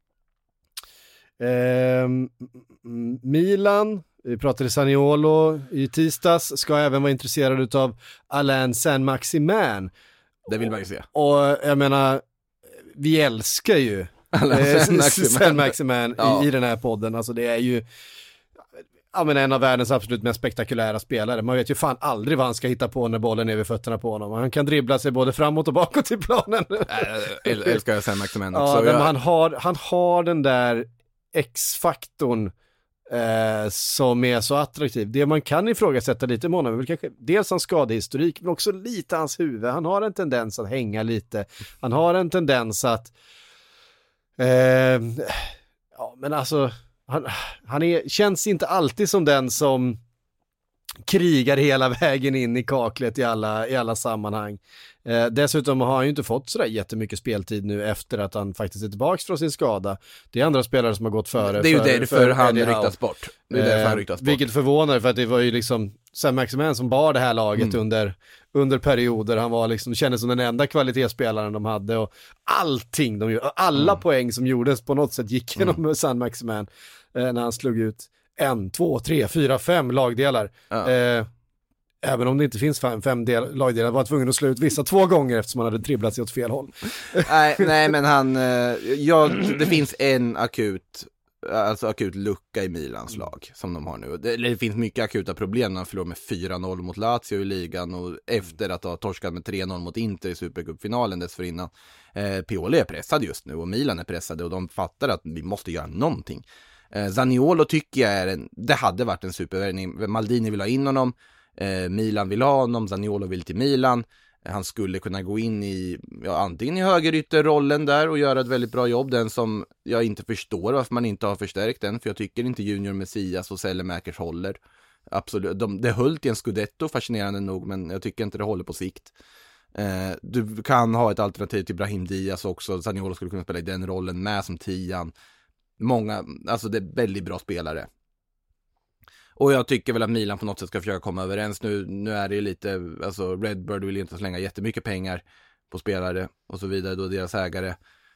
Eh, Milan, vi pratade Zaniolo i tisdags, ska även vara intresserad av Alain Saint-Maximin. Det vill man ju se. Och jag menar, vi älskar ju Saint-Maximin ja. i, i den här podden. Alltså det är ju ja, men en av världens absolut mest spektakulära spelare. Man vet ju fan aldrig vad han ska hitta på när bollen är vid fötterna på honom. Han kan dribbla sig både framåt och bakåt i planen. Jag älskar Saint-Maximin också. Ja, men jag... han, har, han har den där X-faktorn eh, som är så attraktiv. Det man kan ifrågasätta lite med honom är väl kanske dels hans skadehistorik, men också lite hans huvud. Han har en tendens att hänga lite. Han har en tendens att eh, ja, men alltså han, han är, känns inte alltid som den som krigar hela vägen in i kaklet i alla, i alla sammanhang. Eh, dessutom har han ju inte fått sådär jättemycket speltid nu efter att han faktiskt är tillbaka från sin skada. Det är andra spelare som har gått före. Det är ju för, därför för han ryktas bort. Det är därför eh, han ryktas bort. Vilket förvånar, för att det var ju liksom Saint-Maximin som bar det här laget mm. under, under perioder. Han var liksom, kändes som den enda kvalitetsspelaren de hade, och allting de gjorde, alla mm. poäng som gjordes på något sätt gick genom mm. Saint-Maximin eh, när han slog ut en, två, tre, fyra, fem lagdelar. Ja. Eh, även om det inte finns fem, fem del, lagdelar, var tvungen att slå ut vissa två gånger eftersom han hade dribblat sig åt fel håll. nej, nej, men han, eh, ja, det finns en akut alltså akut lucka i Milans lag som de har nu. Det, det finns mycket akuta problem när de förlorar med fyra noll mot Lazio i ligan och efter att ha torskat med tre noll mot Inter i Supercupfinalen dessförinnan. Eh, Pioli är pressad just nu och Milan är pressade och de fattar att vi måste göra någonting. Eh, Zaniolo tycker jag är en, det hade varit en supervärvning. Maldini vill ha in honom, eh, Milan vill ha honom, Zaniolo vill till Milan. Han skulle kunna gå in i, ja, antingen i högerytterrollen där och göra ett väldigt bra jobb. Den som jag inte förstår varför man inte har förstärkt den. För jag tycker inte Junior Messias och Sellemäkers håller. Absolut. De, det höll till en Scudetto, fascinerande nog. Men jag tycker inte det håller på sikt. Eh, du kan ha ett alternativ till Brahim Diaz också. Zaniolo skulle kunna spela i den rollen med som tian. Många, alltså det är väldigt bra spelare. Och jag tycker väl att Milan på något sätt ska försöka komma överens. Nu, nu är det ju lite, alltså Redbird vill inte slänga jättemycket pengar på spelare och så vidare, då deras ägare.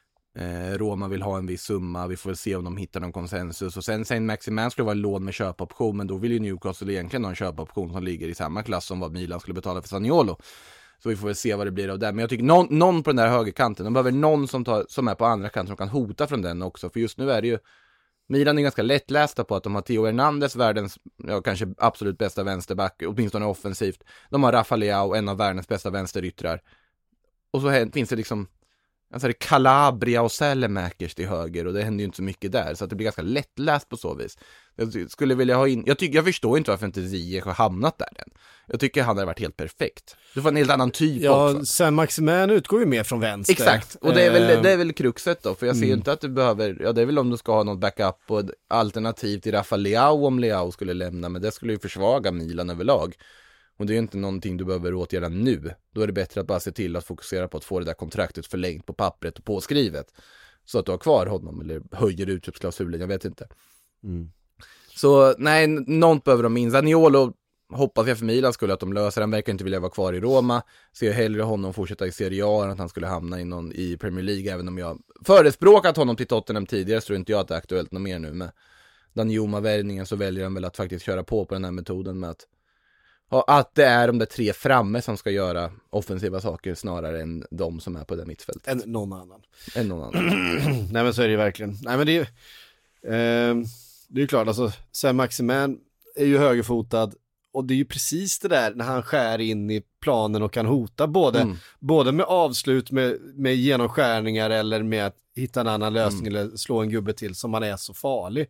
Eh, Roma vill ha en viss summa, vi får väl se om de hittar någon konsensus. Och sen Saint Maximin skulle vara en lån med köpoption, men då vill ju Newcastle egentligen ha en köpoption som ligger i samma klass som vad Milan skulle betala för Zaniolo. Så vi får väl se vad det blir av det. Men jag tycker någon, någon på den där högerkanten, de behöver någon som, tar, som är på andra kanten som kan hota från den också. För just nu är det ju, Milan är ganska lättlästa på att de har Theo Hernandez, världens, ja, kanske absolut bästa vänsterback, åtminstone offensivt. De har Rafa Leao, en av världens bästa vänsteryttrar. Och så här, finns det liksom, alltså det är Calabria och Sellemäkers till höger och det händer ju inte så mycket där. Så att det blir ganska lättläst på så vis. Jag skulle vilja ha in, jag, tycker, jag förstår inte varför inte Ziyech har hamnat där än. Jag tycker han hade varit helt perfekt. Du får en helt annan typ ja, också. Ja, Saint Maximin utgår ju mer från vänster. Exakt, och det är väl, eh. det är väl kruxet då. För jag ser ju Mm. inte att du behöver, ja det är väl om du ska ha något backup och ett alternativ till Rafa Leao om Leao skulle lämna. Men det skulle ju försvaga Milan överlag. Och det är ju inte någonting du behöver åtgärda nu. Då är det bättre att bara se till att fokusera på att få det där kontraktet förlängt på pappret och påskrivet. Så att du har kvar honom eller höjer utköpsklausulen, jag vet inte. Mm. Så nej, någon behöver de in. Zaniolo hoppas jag för Milan skulle att de löser. Han verkar inte vilja vara kvar i Roma. Ser jag hellre honom fortsätta i Serie A än att han skulle hamna i, någon, i Premier League. Även om jag förespråkat honom till Tottenham tidigare så tror inte jag att det är aktuellt något mer nu. Med Danjuma-värvningen så väljer han väl att faktiskt köra på på den här metoden med att att det är de där tre framme som ska göra offensiva saker snarare än de som är på det mittfältet. Än någon annan. Än någon annan. Nej men så är det ju verkligen. Nej men det är ju, eh, det är ju klart, alltså Saint Maximin är ju högerfotad och det är ju precis det där när han skär in i planen och kan hota både, mm. både med avslut med, med genomskärningar eller med att hitta en annan lösning mm. eller slå en gubbe till som man är så farlig.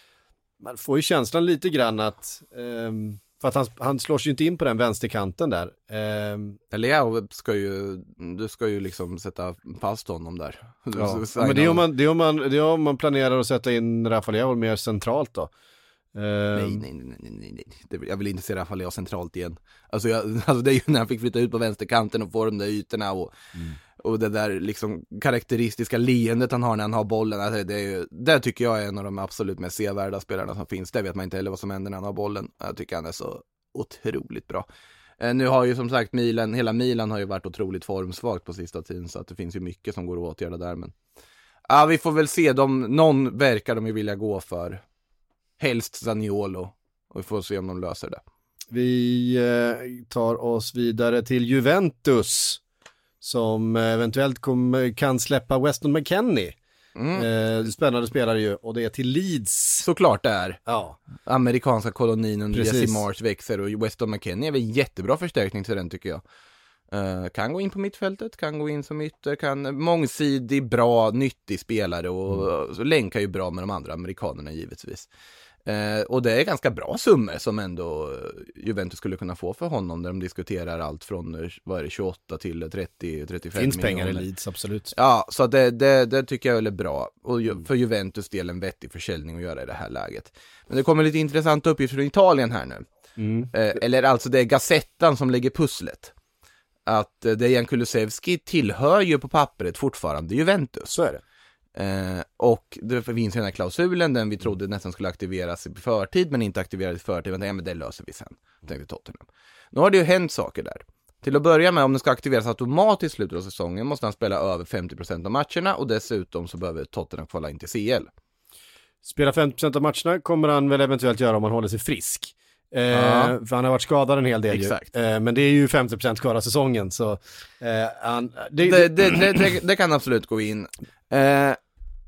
Man får ju känslan lite grann att eh, för att han, han slår sig ju inte in på den vänsterkanten där. Ehm. Eller ja, ska ju, du ska ju liksom sätta fast honom där. Ja. Ja, men det är, om man, det, är om man, det är om man planerar att sätta in Rafa Leao mer centralt då. Ehm. Nej, nej, nej, nej, nej. Det, jag vill inte se Rafa Leao centralt igen. Alltså, jag, alltså det är ju när han fick flytta ut på vänsterkanten och få de där ytorna och, mm. och det där liksom karaktäristiska leendet han har när han har bollen. Alltså det, är ju, det tycker jag är en av de absolut mest sevärda spelarna som finns. Det vet man inte heller vad som händer när han har bollen. Jag tycker han är så otroligt bra. Eh, nu har ju som sagt Milan, hela Milan har ju varit otroligt formsvagt på sista tiden så att det finns ju mycket som går att åtgärda där. Men ja, vi får väl se. De, någon verkar de ju vilja gå för. Helst Zaniolo. Och vi får se om de löser det. Vi eh, tar oss vidare till Juventus som eventuellt kom, kan släppa Weston McKennie. Mm. Eh, spännande spelare ju. Och det är till Leeds. Såklart det är. Ja. Amerikanska kolonin under Jesse Marsch växer och Weston McKennie är väl en jättebra förstärkning till den tycker jag. Uh, kan gå in på mittfältet, kan gå in som ytter, kan mångsidig, bra, nyttig spelare och mm. så länkar ju bra med de andra amerikanerna givetvis. Uh, och det är ganska bra summor som ändå Juventus skulle kunna få för honom där de diskuterar allt från vad är det, tjugoåtta till trettio trettiofem finns miljoner. Pengar i Leeds, absolut. Ja, så det, det, det tycker jag är bra och ju, för Juventus del en vettig försäljning att göra i det här läget. Men det kommer lite intressanta uppgifter från Italien här nu. Mm. Uh, eller alltså det är Gazettan som lägger pusslet. Att Dejan Kulusevski tillhör ju på pappret fortfarande Juventus. Så är det. Eh, och det finns ju den här klausulen, den vi trodde nästan skulle aktiveras i förtid, men inte aktiveras i förtid. Men, ja, men det löser vi sen, tänkte Tottenham. Nu har det ju hänt saker där. Till att börja med, om det ska aktiveras automatiskt i slutet av säsongen måste han spela över femtio procent av matcherna och dessutom så behöver Tottenham kvala in till C L. Spela femtio procent av matcherna kommer han väl eventuellt göra om han håller sig frisk. Eh, ja. För han har varit skadad en hel del. Exakt. Eh, men det är ju femtio procent kvar av säsongen. Så, eh, han, det, det, det, det, det kan absolut gå in. Eh,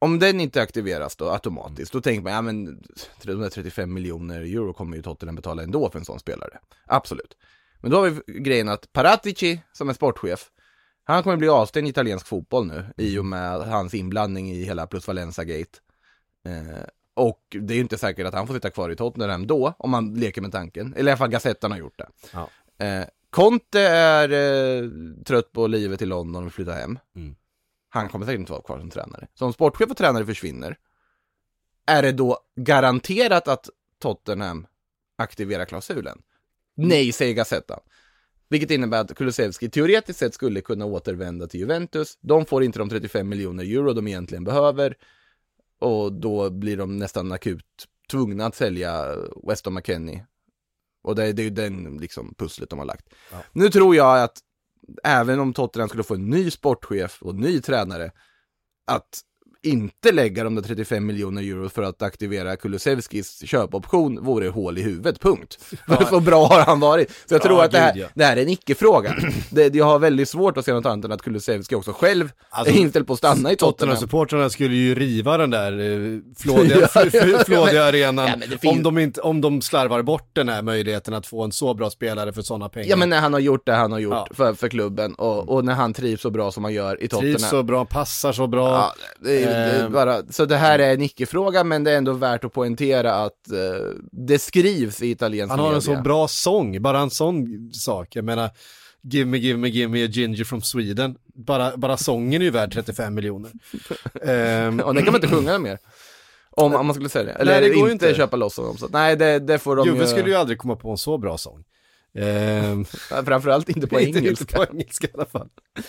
om den inte aktiveras då automatiskt, då tänker man, ja men trettiofem miljoner euro kommer ju Tottenham betala ändå för en sån spelare. Absolut. Men då har vi grejen att Paratici, som är sportchef, han kommer bli avstängd i italiensk fotboll nu i och med hans inblandning i hela Plusvalenza-gate. Eh, och det är ju inte säkert att han får sitta kvar i Tottenham då, om man leker med tanken. Eller i alla fall Gazettan har gjort det. Ja. Eh, Conte är eh, trött på livet i London och flyttar hem. Mm. Han kommer säkert inte vara kvar som tränare. Så om sportchef och tränare försvinner, är det då garanterat att Tottenham aktiverar klausulen? Mm. Nej, säger Gazettan. Vilket innebär att Kulusevski teoretiskt sett skulle kunna återvända till Juventus. De får inte de trettiofem miljoner euro de egentligen behöver. Och då blir de nästan akut tvungna att sälja Weston McKennie. Och det, det är ju den liksom pusslet de har lagt. Ja. Nu tror jag att även om Tottenham skulle få en ny sportchef och en ny tränare, att inte lägga de där trettiofem miljoner euro för att aktivera Kulusevskis köpoption vore hål i huvudet, punkt. Ja. Så bra har han varit. Så jag tror ja, att det här, ja. det här är en icke-fråga. det, jag har väldigt svårt att se något annat än att Kulusevski också själv alltså, är inställd på att stanna i Tottenham. Tottenham-supportrarna skulle ju riva den där eh, flådiga, ja, ja, flådiga arenan ja, finns... om, de inte, om de slarvar bort den här möjligheten att få en så bra spelare för sådana pengar. Ja, men när han har gjort det han har gjort ja. för, för klubben och, och när han trivs så bra som han gör i Tottenham. Trivs så bra, passar så bra. Ja, det är, det är bara, så det här är en icke-fråga, men det är ändå värt att poängtera att uh, det skrivs i italiensk media. Han har en så bra sång, bara en sån sak. Jag menar, give me, give me, give me a ginger from Sweden. Bara, bara sången är ju värd trettiofem miljoner. um, och den kan man inte sjunga mer. Om, om man skulle säga det. Eller nej, det går inte, inte köpa loss honom. Så. Nej, det, det får de Juve ju... skulle ju aldrig komma på en så bra sång. Um, Framförallt inte på engelska. Inte på engelska i alla fall.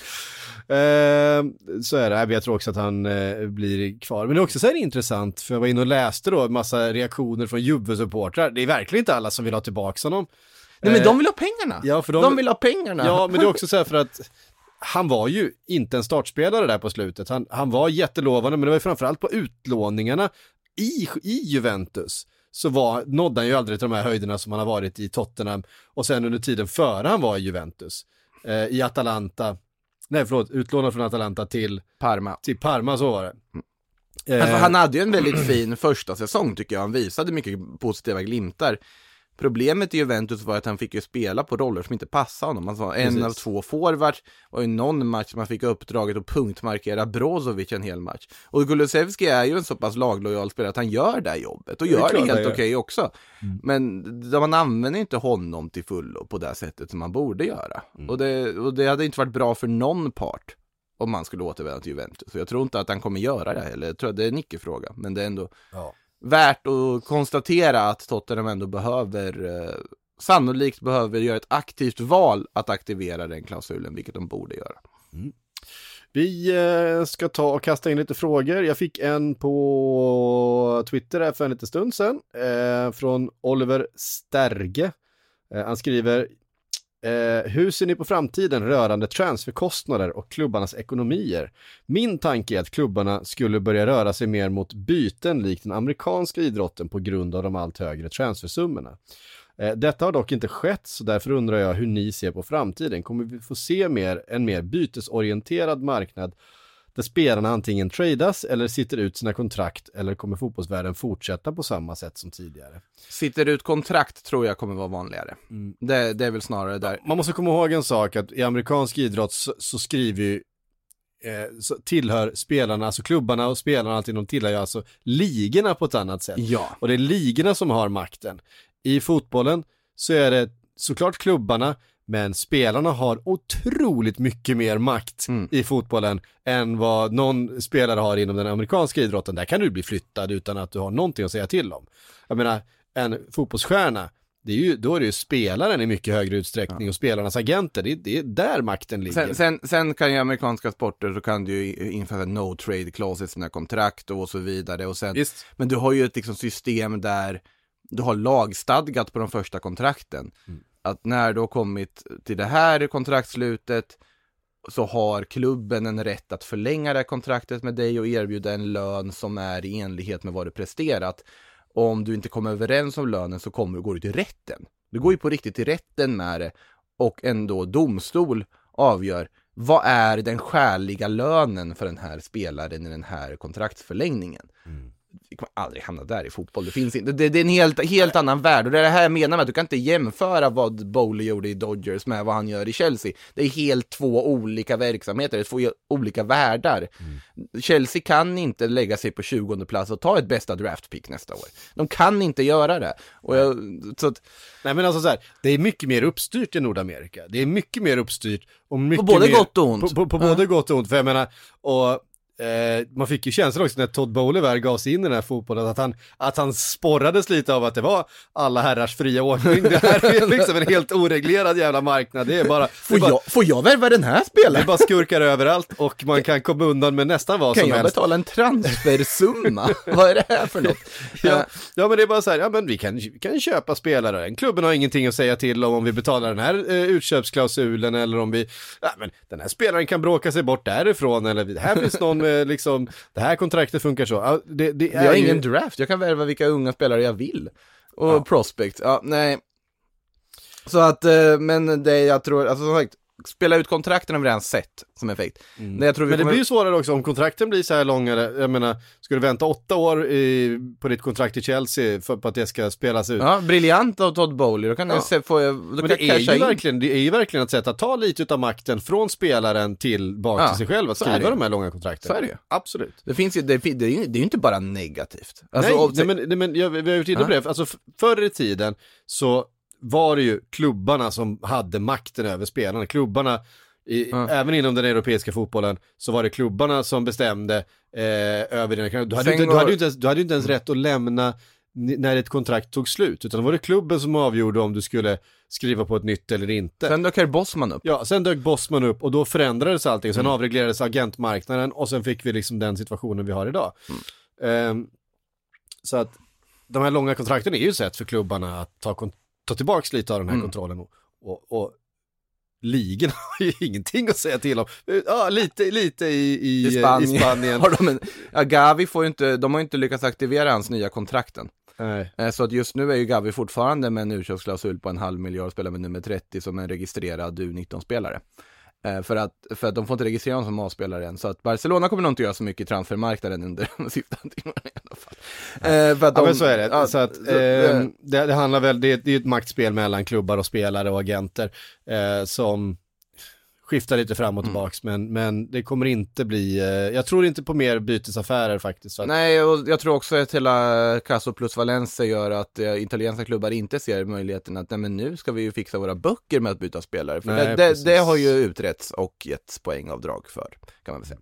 Uh, så är det, jag tror också att han uh, blir kvar. Men det är också så här intressant, för jag var inne och läste då en massa reaktioner från Juve-supportrar. Det är verkligen inte alla som vill ha tillbaka honom. Nej, men uh, de vill ha pengarna. Ja, för de, de vill ha pengarna. Ja, men det är också så här för att han var ju inte en startspelare där på slutet. Han, han var jättelovande, men det var ju framförallt på utlåningarna i, i Juventus. Så var, nådde han ju aldrig till de här höjderna som han har varit i Tottenham. Och sen under tiden före han var i Juventus. Uh, I Atalanta. Nej, förlåt, utlånad från Atalanta till Parma. Till Parma, så var det. Mm. Alltså, han hade ju en väldigt fin första säsong tycker jag. Han visade mycket positiva glimtar. Problemet i Juventus var att han fick ju spela på roller som inte passade honom. Alltså, en Precis. av två forwards var ju någon match man fick uppdraget att punktmarkera Brozovic en hel match. Och Kulusevski är ju en så pass laglojal spelare att han gör det här jobbet. Och gör det, det helt okej okay också. Mm. Men man använder inte honom till fullo på det sättet som man borde göra. Mm. Och, det, och det hade inte varit bra för någon part om man skulle återvända till Juventus. Så jag tror inte att han kommer göra det heller. Jag tror att det är en icke-fråga. Men det är ändå... Ja. Värt att konstatera att Tottenham ändå behöver, eh, sannolikt behöver göra ett aktivt val att aktivera den klausulen, vilket de borde göra. Mm. Vi eh, ska ta och kasta in lite frågor. Jag fick en på Twitter här för en liten stund sedan eh, från Oliver Sterge. Eh, han skriver: Eh, hur ser ni på framtiden rörande transferkostnader och klubbarnas ekonomier? Min tanke är att klubbarna skulle börja röra sig mer mot byten likt den amerikanska idrotten på grund av de allt högre transfersummorna. Eh, detta har dock inte skett, så därför undrar jag hur ni ser på framtiden. Kommer vi få se mer, en mer bytesorienterad marknad där spelarna antingen tradas eller sitter ut sina kontrakt, eller kommer fotbollsvärlden fortsätta på samma sätt som tidigare? Sitter ut kontrakt tror jag kommer vara vanligare. Mm. Det, det är väl snarare där. Man måste komma ihåg en sak, att i amerikansk idrott så, så skriver ju eh, så tillhör spelarna, alltså klubbarna och spelarna, alltid de tillhör ju alltså ligorna på ett annat sätt. Ja. Och det är ligorna som har makten. I fotbollen så är det såklart klubbarna, men spelarna har otroligt mycket mer makt mm. i fotbollen än vad någon spelare har inom den amerikanska idrotten. Där kan du bli flyttad utan att du har någonting att säga till om. Jag menar, en fotbollsstjärna, det är ju, då är det ju spelaren i mycket högre utsträckning ja. och spelarnas agenter. Det, det är där makten ligger. Sen, sen, sen kan ju amerikanska sporter, så kan du ju införa no trade clauses, sina kontrakt och så vidare. Och sen, men du har ju ett liksom, system där du har lagstadgat på de första kontrakten. Mm. Att när du har kommit till det här kontraktslutet så har klubben en rätt att förlänga det här kontraktet med dig och erbjuda en lön som är i enlighet med vad du presterat. Och om du inte kommer överens om lönen så kommer, går du till rätten. Du går ju på riktigt till rätten med det, och ändå domstol avgör vad är den skäliga lönen för den här spelaren i den här kontraktsförlängningen? Mm. Vi kommer aldrig hamna där i fotboll. Det finns inte. Det, det är en helt, helt annan värld. Och det är det här jag menar med att du kan inte jämföra vad Bowley gjorde i Dodgers med vad han gör i Chelsea. Det är helt två olika verksamheter. Det är två olika världar. Mm. Chelsea kan inte lägga sig på tjugonde plats och ta ett bästa draftpick nästa år. De kan inte göra det. Och jag, så att, Nej men alltså så här, det är mycket mer uppstyrt i Nordamerika. Det är mycket mer uppstyrt. Och mycket på både mer, gott och ont. På, på, på ja. både gott och ont. För jag menar, och... Eh, man fick ju känslan också när Todd Bowley väl gav sig in i den här fotbollen att han, att han sporrades lite av att det var alla herrars fria ordning. Det här är liksom en helt oreglerad jävla marknad. Det är bara, får, bara jag, får jag värva den här spelaren? Det är bara skurkar överallt och man kan komma undan med nästan vad kan som jag helst. betala en transfersumma? Vad är det här för något? ja, ja men det är bara så här, ja men vi kan, vi kan köpa spelare. En klubben har ingenting att säga till om om vi betalar den här eh, utköpsklausulen eller om vi, ja men den här spelaren kan bråka sig bort därifrån eller här finns någon med liksom, det här kontraktet funkar så. Ja, det, det är jag har ju... ingen draft, jag kan värva vilka unga spelare jag vill. Och ja. prospect, ja nej. Så att, eh, men det jag tror, alltså som sagt, spela ut kontrakten har vi redan sett som effekt. Mm. Det jag tror vi men det kommer... blir ju svårare också om kontrakten blir så här långare. Jag menar, ska du vänta åtta år i, på ditt kontrakt i Chelsea för på att det ska spelas ut? Ja, briljant av Todd Bowley. Då kan ja. jag se, få, då men kan det, är ju in. verkligen, det är ju verkligen ett sätt att ta lite av makten från spelaren till bak ja. till sig själv att skriva de här långa kontrakten. Så är det ju. Absolut. Det finns ju, det, det, är ju, det är ju inte bara negativt. Alltså, nej, och, nej, men, nej, men jag, vi har ju tid på det. Alltså förr i tiden så var det ju klubbarna som hade makten över spelarna. Klubbarna I, mm. även inom den europeiska fotbollen så var det klubbarna som bestämde eh, över dina. Du hade, inte, du, hade inte ens, du hade inte ens rätt att lämna n- när ett kontrakt tog slut, utan det var det klubben som avgjorde om du skulle skriva på ett nytt eller inte. Sen dök herr Bosman upp. Ja, sen dök Bosman upp och då förändrades allting. Sen mm. avreglerades agentmarknaden och sen fick vi liksom den situationen vi har idag. Mm. Eh, så att de här långa kontrakten är ju ett sätt för klubbarna att ta, ta tillbaks lite av den här mm. kontrollen och, och, och ligan har ju ingenting att säga till om. Ja, lite, lite i, i, I Spanien. I Spanien. Har de en, ja, Gavi får ju inte, de har ju inte lyckats aktivera hans nya kontrakten. Nej. Så att just nu är ju Gavi fortfarande med en utköpsklausul på en halv miljard och spelar med nummer trettio som en registrerad U nitton-spelare. För att, för att de får inte registrera honom som A-spelare än. Så att Barcelona kommer nog inte göra så mycket i transfermarknaden under de sista timmarna i alla fall. Eh, för att de, ja, men så är det. Ja, så att, eh, det, det handlar väl, det, det är ett maktspel mellan klubbar och spelare och agenter eh, som skiftar lite fram och tillbaks. Mm. Men, men det kommer inte bli, eh, jag tror inte på mer bytesaffärer faktiskt. Så att... Nej, och jag tror också att hela Caso plus Valencia gör att eh, italienska klubbar inte ser möjligheten att nej, men nu ska vi ju fixa våra böcker med att byta spelare. För nej, det, det, det har ju utretts och getts poängavdrag för, kan man väl säga.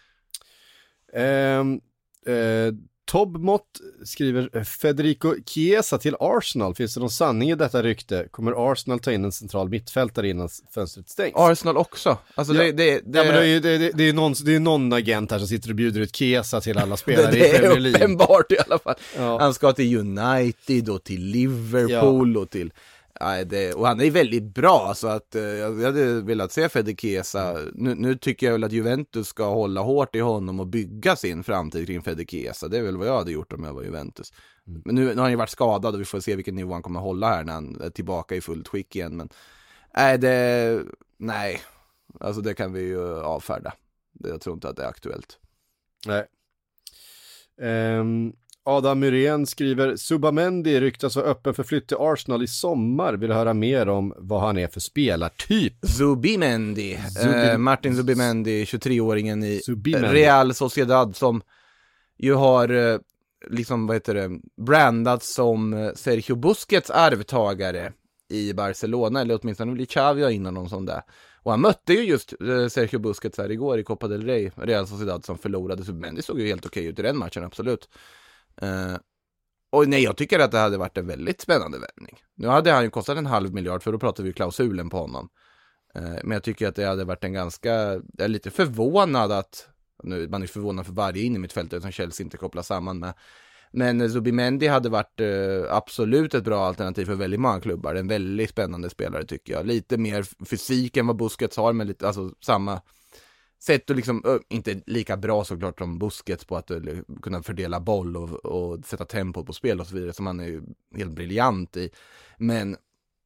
Eh, eh, Tobmott skriver Federico Chiesa till Arsenal. Finns det någon sanning i detta rykte? Kommer Arsenal ta in en central mittfältare innan fönstret stängs? Arsenal också. Alltså ja. det, det, det... Ja, men det är ju det, det, det är någon, det är någon agent här som sitter och bjuder ut Chiesa till alla spelare det, det i Premier League. Det är uppenbart i alla fall. Ja. Han ska till United och till Liverpool ja. och till... Nej, det, och han är väldigt bra så att eh, jag hade velat se Fede Chiesa. Nu, nu tycker jag väl att Juventus ska hålla hårt i honom och bygga sin framtid kring Fede Chiesa. Det är väl vad jag hade gjort om jag var Juventus. Mm. Men nu, nu har han ju varit skadad och vi får se vilken nivå han kommer hålla här när han är tillbaka i fullt skick igen. Men nej, det, nej. Alltså det kan vi ju avfärda. Det, jag tror inte att det är aktuellt. Nej. Um... Adam Myrén skriver Subamendi ryktas vara öppen för flytt till Arsenal i sommar. Vill höra mer om vad han är för spelartyp. Zubimendi. Zubi... Eh, Martin Zubimendi, tjugotre-åringen i Zubimendi. Real Sociedad som ju har eh, liksom, vad heter det, brandats som Sergio Busquets arvtagare i Barcelona, eller åtminstone blir Xavi innan någon sån där. Och han mötte ju just eh, Sergio Busquets här igår i Copa del Rey, Real Sociedad som förlorade. Zubimendi såg ju helt okej ut i den matchen, absolut. Uh, och nej, jag tycker att det hade varit en väldigt spännande värvning. Nu hade han ju kostat en halv miljard, för då pratar vi klausulen på honom. Uh, men jag tycker att det hade varit en ganska, jag är lite förvånad att, nu man är förvånad för varje in i mitt fält som Chelsea inte kopplar samman med. Men Zubimendi hade varit uh, absolut ett bra alternativ för väldigt många klubbar. En väldigt spännande spelare tycker jag. Lite mer fysik än vad Busquets har, men lite, alltså samma sätt och liksom, ö, inte lika bra såklart som Busquets på att ö, kunna fördela boll och, och sätta tempo på spel och så vidare, som han är ju helt briljant i. Men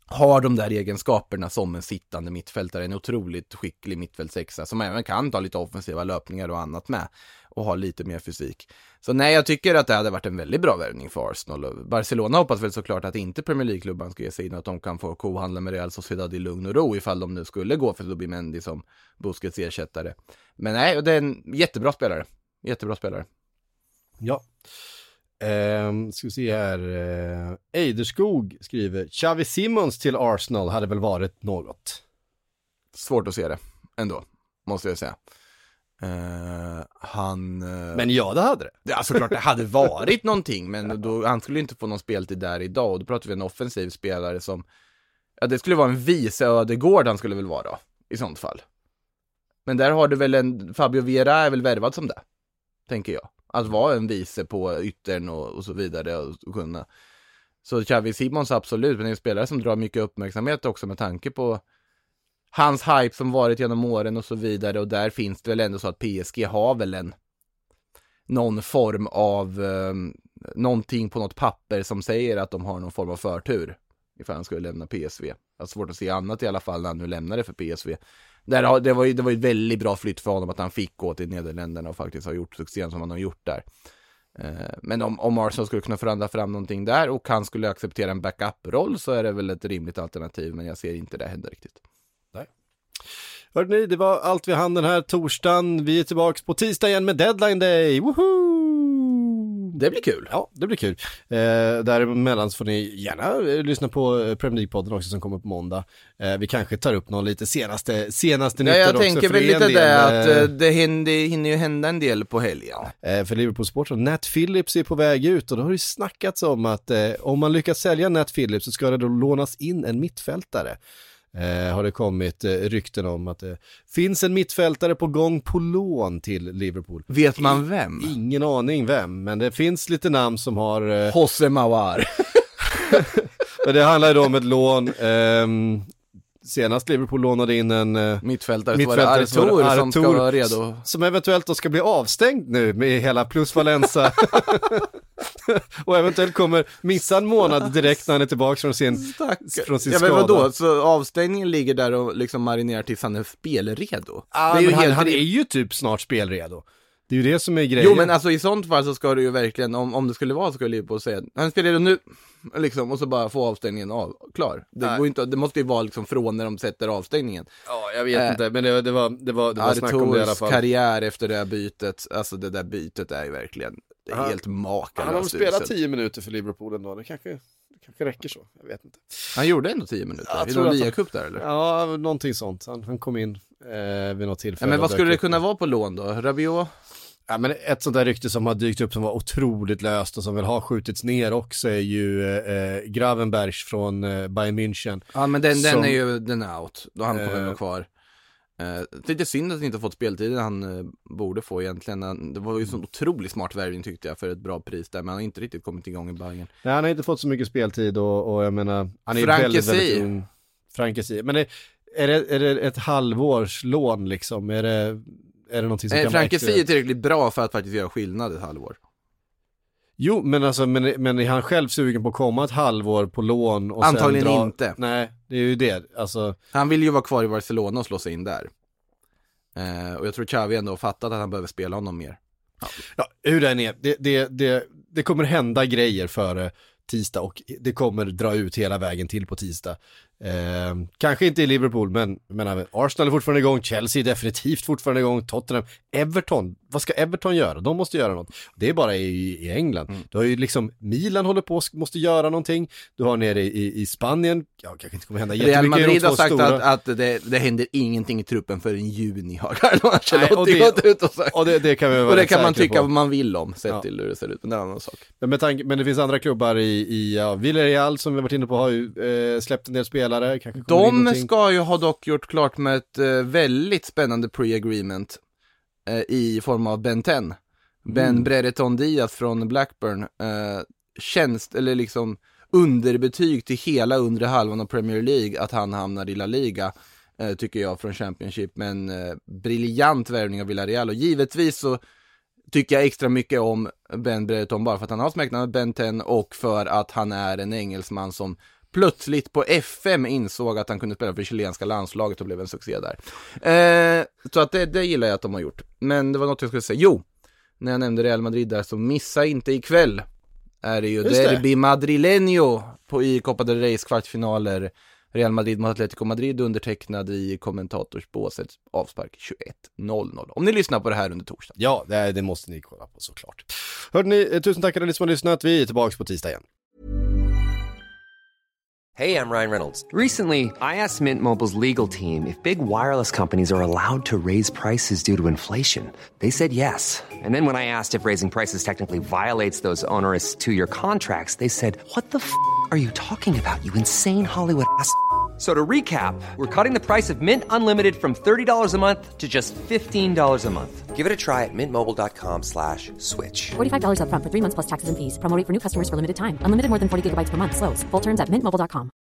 har de där egenskaperna som en sittande mittfältare, en otroligt skicklig mittfältsexa som även kan ta lite offensiva löpningar och annat med och ha lite mer fysik. Så nej, jag tycker att det hade varit en väldigt bra värvning för Arsenal. Barcelona hoppas väl såklart att inte Premier League-klubban ska ge sig in, att de kan få kohandla med Real Sociedad i lugn och ro ifall de nu skulle gå för Zubimendi som Busquets ersättare. Men nej, det är en jättebra spelare. Jättebra spelare. Ja. Um, ska vi se här. Uh, Eiderskog skriver: Xavi Simons till Arsenal hade väl varit något. Svårt att se det ändå, måste jag säga. Uh, han uh... Men ja, det hade det. Ja, såklart det hade varit någonting, men då, han skulle inte få någon speltid där idag, och då pratar vi en offensiv spelare som, ja, det skulle vara en vice Ödegård han skulle väl vara då, i sånt fall. Men där har du väl en, Fabio Vieira är väl värvad som det, tänker jag. Att vara en vice på yttern och, och så vidare och, och kunna. Så Xavi Simons absolut, men det är en spelare som drar mycket uppmärksamhet också med tanke på hans hype som varit genom åren och så vidare, och där finns det väl ändå så att P S G har väl en någon form av eh, någonting på något papper som säger att de har någon form av förtur ifall han skulle lämna P S V. Jag har svårt att se annat i alla fall när han nu lämnar det för P S V. Där har, det var ju det var ju ett väldigt bra flytt för honom att han fick gå till Nederländerna och faktiskt har gjort succén som han har gjort där. Eh, men om, om Arsenal skulle kunna förhandla fram någonting där och han skulle acceptera en backup-roll, så är det väl ett rimligt alternativ, men jag ser inte det hända riktigt. Nej. Hörde ni, det var allt vi hann den här torsdagen. Vi är tillbaka på tisdag igen med Deadline Day. Woohoo! Det blir kul. Ja, det blir kul. Eh, däremellan så får ni gärna eh, lyssna på Premier League-podden också som kommer på måndag. Eh, vi kanske tar upp någon lite senaste, senaste nyttor också. Ja, jag tänker väl lite del, det eh, att det hinner, hinner ju hända en del på helgen. Eh, för Liverpool-sporten. Nat Phillips är på väg ut, och då har det snackats om att eh, om man lyckas sälja Nat Phillips så ska det då lånas in en mittfältare. Eh, har det kommit eh, rykten om att det finns en mittfältare på gång på lån till Liverpool. Vet man vem? Ingen aning vem, men det finns lite namn som har... Eh... Jose Mawar. Men det handlar ju då om ett lån. ehm, Senast Liverpool lånade in en uh, mittfältare, mittfältare så var det Artur, Artur som ska vara redo. Som eventuellt då ska bli avstängd nu med hela plus Valenza. Och eventuellt kommer missa en månad direkt när han är tillbaka från sin, från sin ja, skada. Men vadå? Så avstängningen ligger där och liksom marinerar tills han är spelredo? Ah, det är ju han, helt... han är ju typ snart spelredo. Det är ju det som är grejen. Jo, men alltså i sånt fall så ska du ju verkligen, om, om det skulle vara så skulle jag på säga, han spelar nu liksom, och så bara få avstängningen av, klar. Det, går inte, det måste ju vara liksom från när de sätter avstängningen. Ja, jag vet äh, inte, men det, det var, det var, det var Arturs snack om det i alla fall. karriär efter det här bytet, alltså det där bytet är ju verkligen, det är han, helt makalöst. Han har spelat tio minuter för Liverpool ändå, det kanske, det kanske räcker så, jag vet inte. Han gjorde ändå tio minuter, jag i tror någon att L I A-cup där eller? Ja, någonting sånt, han, han kom in eh, vid något tillfälle. Ja, men vad skulle det kunna vara på lån då? Rabiot? Ja, men ett sånt där rykte som har dykt upp som var otroligt löst och som väl har skjutits ner också är ju eh, Gravenberg från eh, Bayern München. Ja, men den, den som, är ju den är out. Då han kommer eh, vara kvar. Eh, det är lite synd att han inte har fått speltiden han eh, borde få egentligen. Han, det var ju en sån otroligt smart värvning tyckte jag för ett bra pris där, men han har inte riktigt kommit igång i Bayern. Nej, han har inte fått så mycket speltid och, och jag menar, han är Frank väldigt, väldigt Kessie. ung. Frank Kessie. Men är, är, det, är det ett halvårslån liksom? Är det... Är det någonting som eh, kan Frank Kessie är tillräckligt bra för att faktiskt göra skillnad ett halvår. Jo, men alltså, men, men är han själv sugen på att komma ett halvår på lån och antagligen sen dra... inte. Nej, det är ju det. Alltså... Han vill ju vara kvar i Barcelona och slå sig in där. Eh, och jag tror Xavi ändå har fattat att han behöver spela honom mer. Ja, ja hur den är. Det, det, det, det kommer hända grejer före tisdag och det kommer dra ut hela vägen till på tisdag. Eh, kanske inte i Liverpool, men, men Arsenal är fortfarande igång, Chelsea är definitivt fortfarande igång, Tottenham, Everton, vad ska Everton göra? De måste göra något. Det är bara i, i England. Mm. Du har ju liksom, Milan håller på måste göra någonting. Du har nere i, i Spanien, ja, kanske inte kommer hända Real Madrid har sagt stora... att, att det, det händer ingenting i truppen för en juni har Carlo Nej, och det, gått ut och sagt. Och det, det kan, vi och det kan man tycka på. vad man vill om, sett ja. till hur det ser ut, men det är en annan sak. Men, med tanke, men det finns andra klubbar i, i ja, Villarreal som vi varit inne på har ju eh, släppt en del spelare. Kanske de ska ju ha dock gjort klart med ett eh, väldigt spännande pre-agreement eh, i form av Ben ten. Mm. Ben Brereton Diaz från Blackburn. Eh, tjänst, eller liksom underbetyg till hela undre halvan av Premier League att han hamnar i La Liga, eh, tycker jag, från Championship. Men eh, briljant värvning av Villarreal, och givetvis så tycker jag extra mycket om Ben Brereton bara för att han har smeknamnet Ben ten och för att han är en engelsman som plötsligt på F M insåg att han kunde spela för det chilenska landslaget och blev en succé där. Eh, så att det, det gillar jag att de har gjort. Men det var något jag skulle säga. Jo, när jag nämnde Real Madrid där, så missa inte ikväll. Är det ju derby madrileño på i Copa del Reys kvartsfinaler. Real Madrid mot Atletico Madrid, undertecknad i kommentatorsbåset, avspark tjugoett noll noll. Om ni lyssnar på det här under torsdag. Ja, det, det måste ni kolla på såklart. Hörde ni, tusen tack för att ni som har lyssnat. Vi är tillbaka på tisdag igen. Hey, I'm Ryan Reynolds. Recently, I asked Mint Mobile's legal team if big wireless companies are allowed to raise prices due to inflation. They said yes. And then when I asked if raising prices technically violates those onerous two-year contracts, they said, what the f*** are you talking about, you insane Hollywood ass f- So to recap, we're cutting the price of Mint Unlimited from thirty dollars a month to just fifteen dollars a month. Give it a try at mintmobile.com slash switch. forty-five dollars up front for three months plus taxes and fees. Promo rate for new customers for limited time. Unlimited more than forty gigabytes per month. Slows full terms at mint mobile dot com.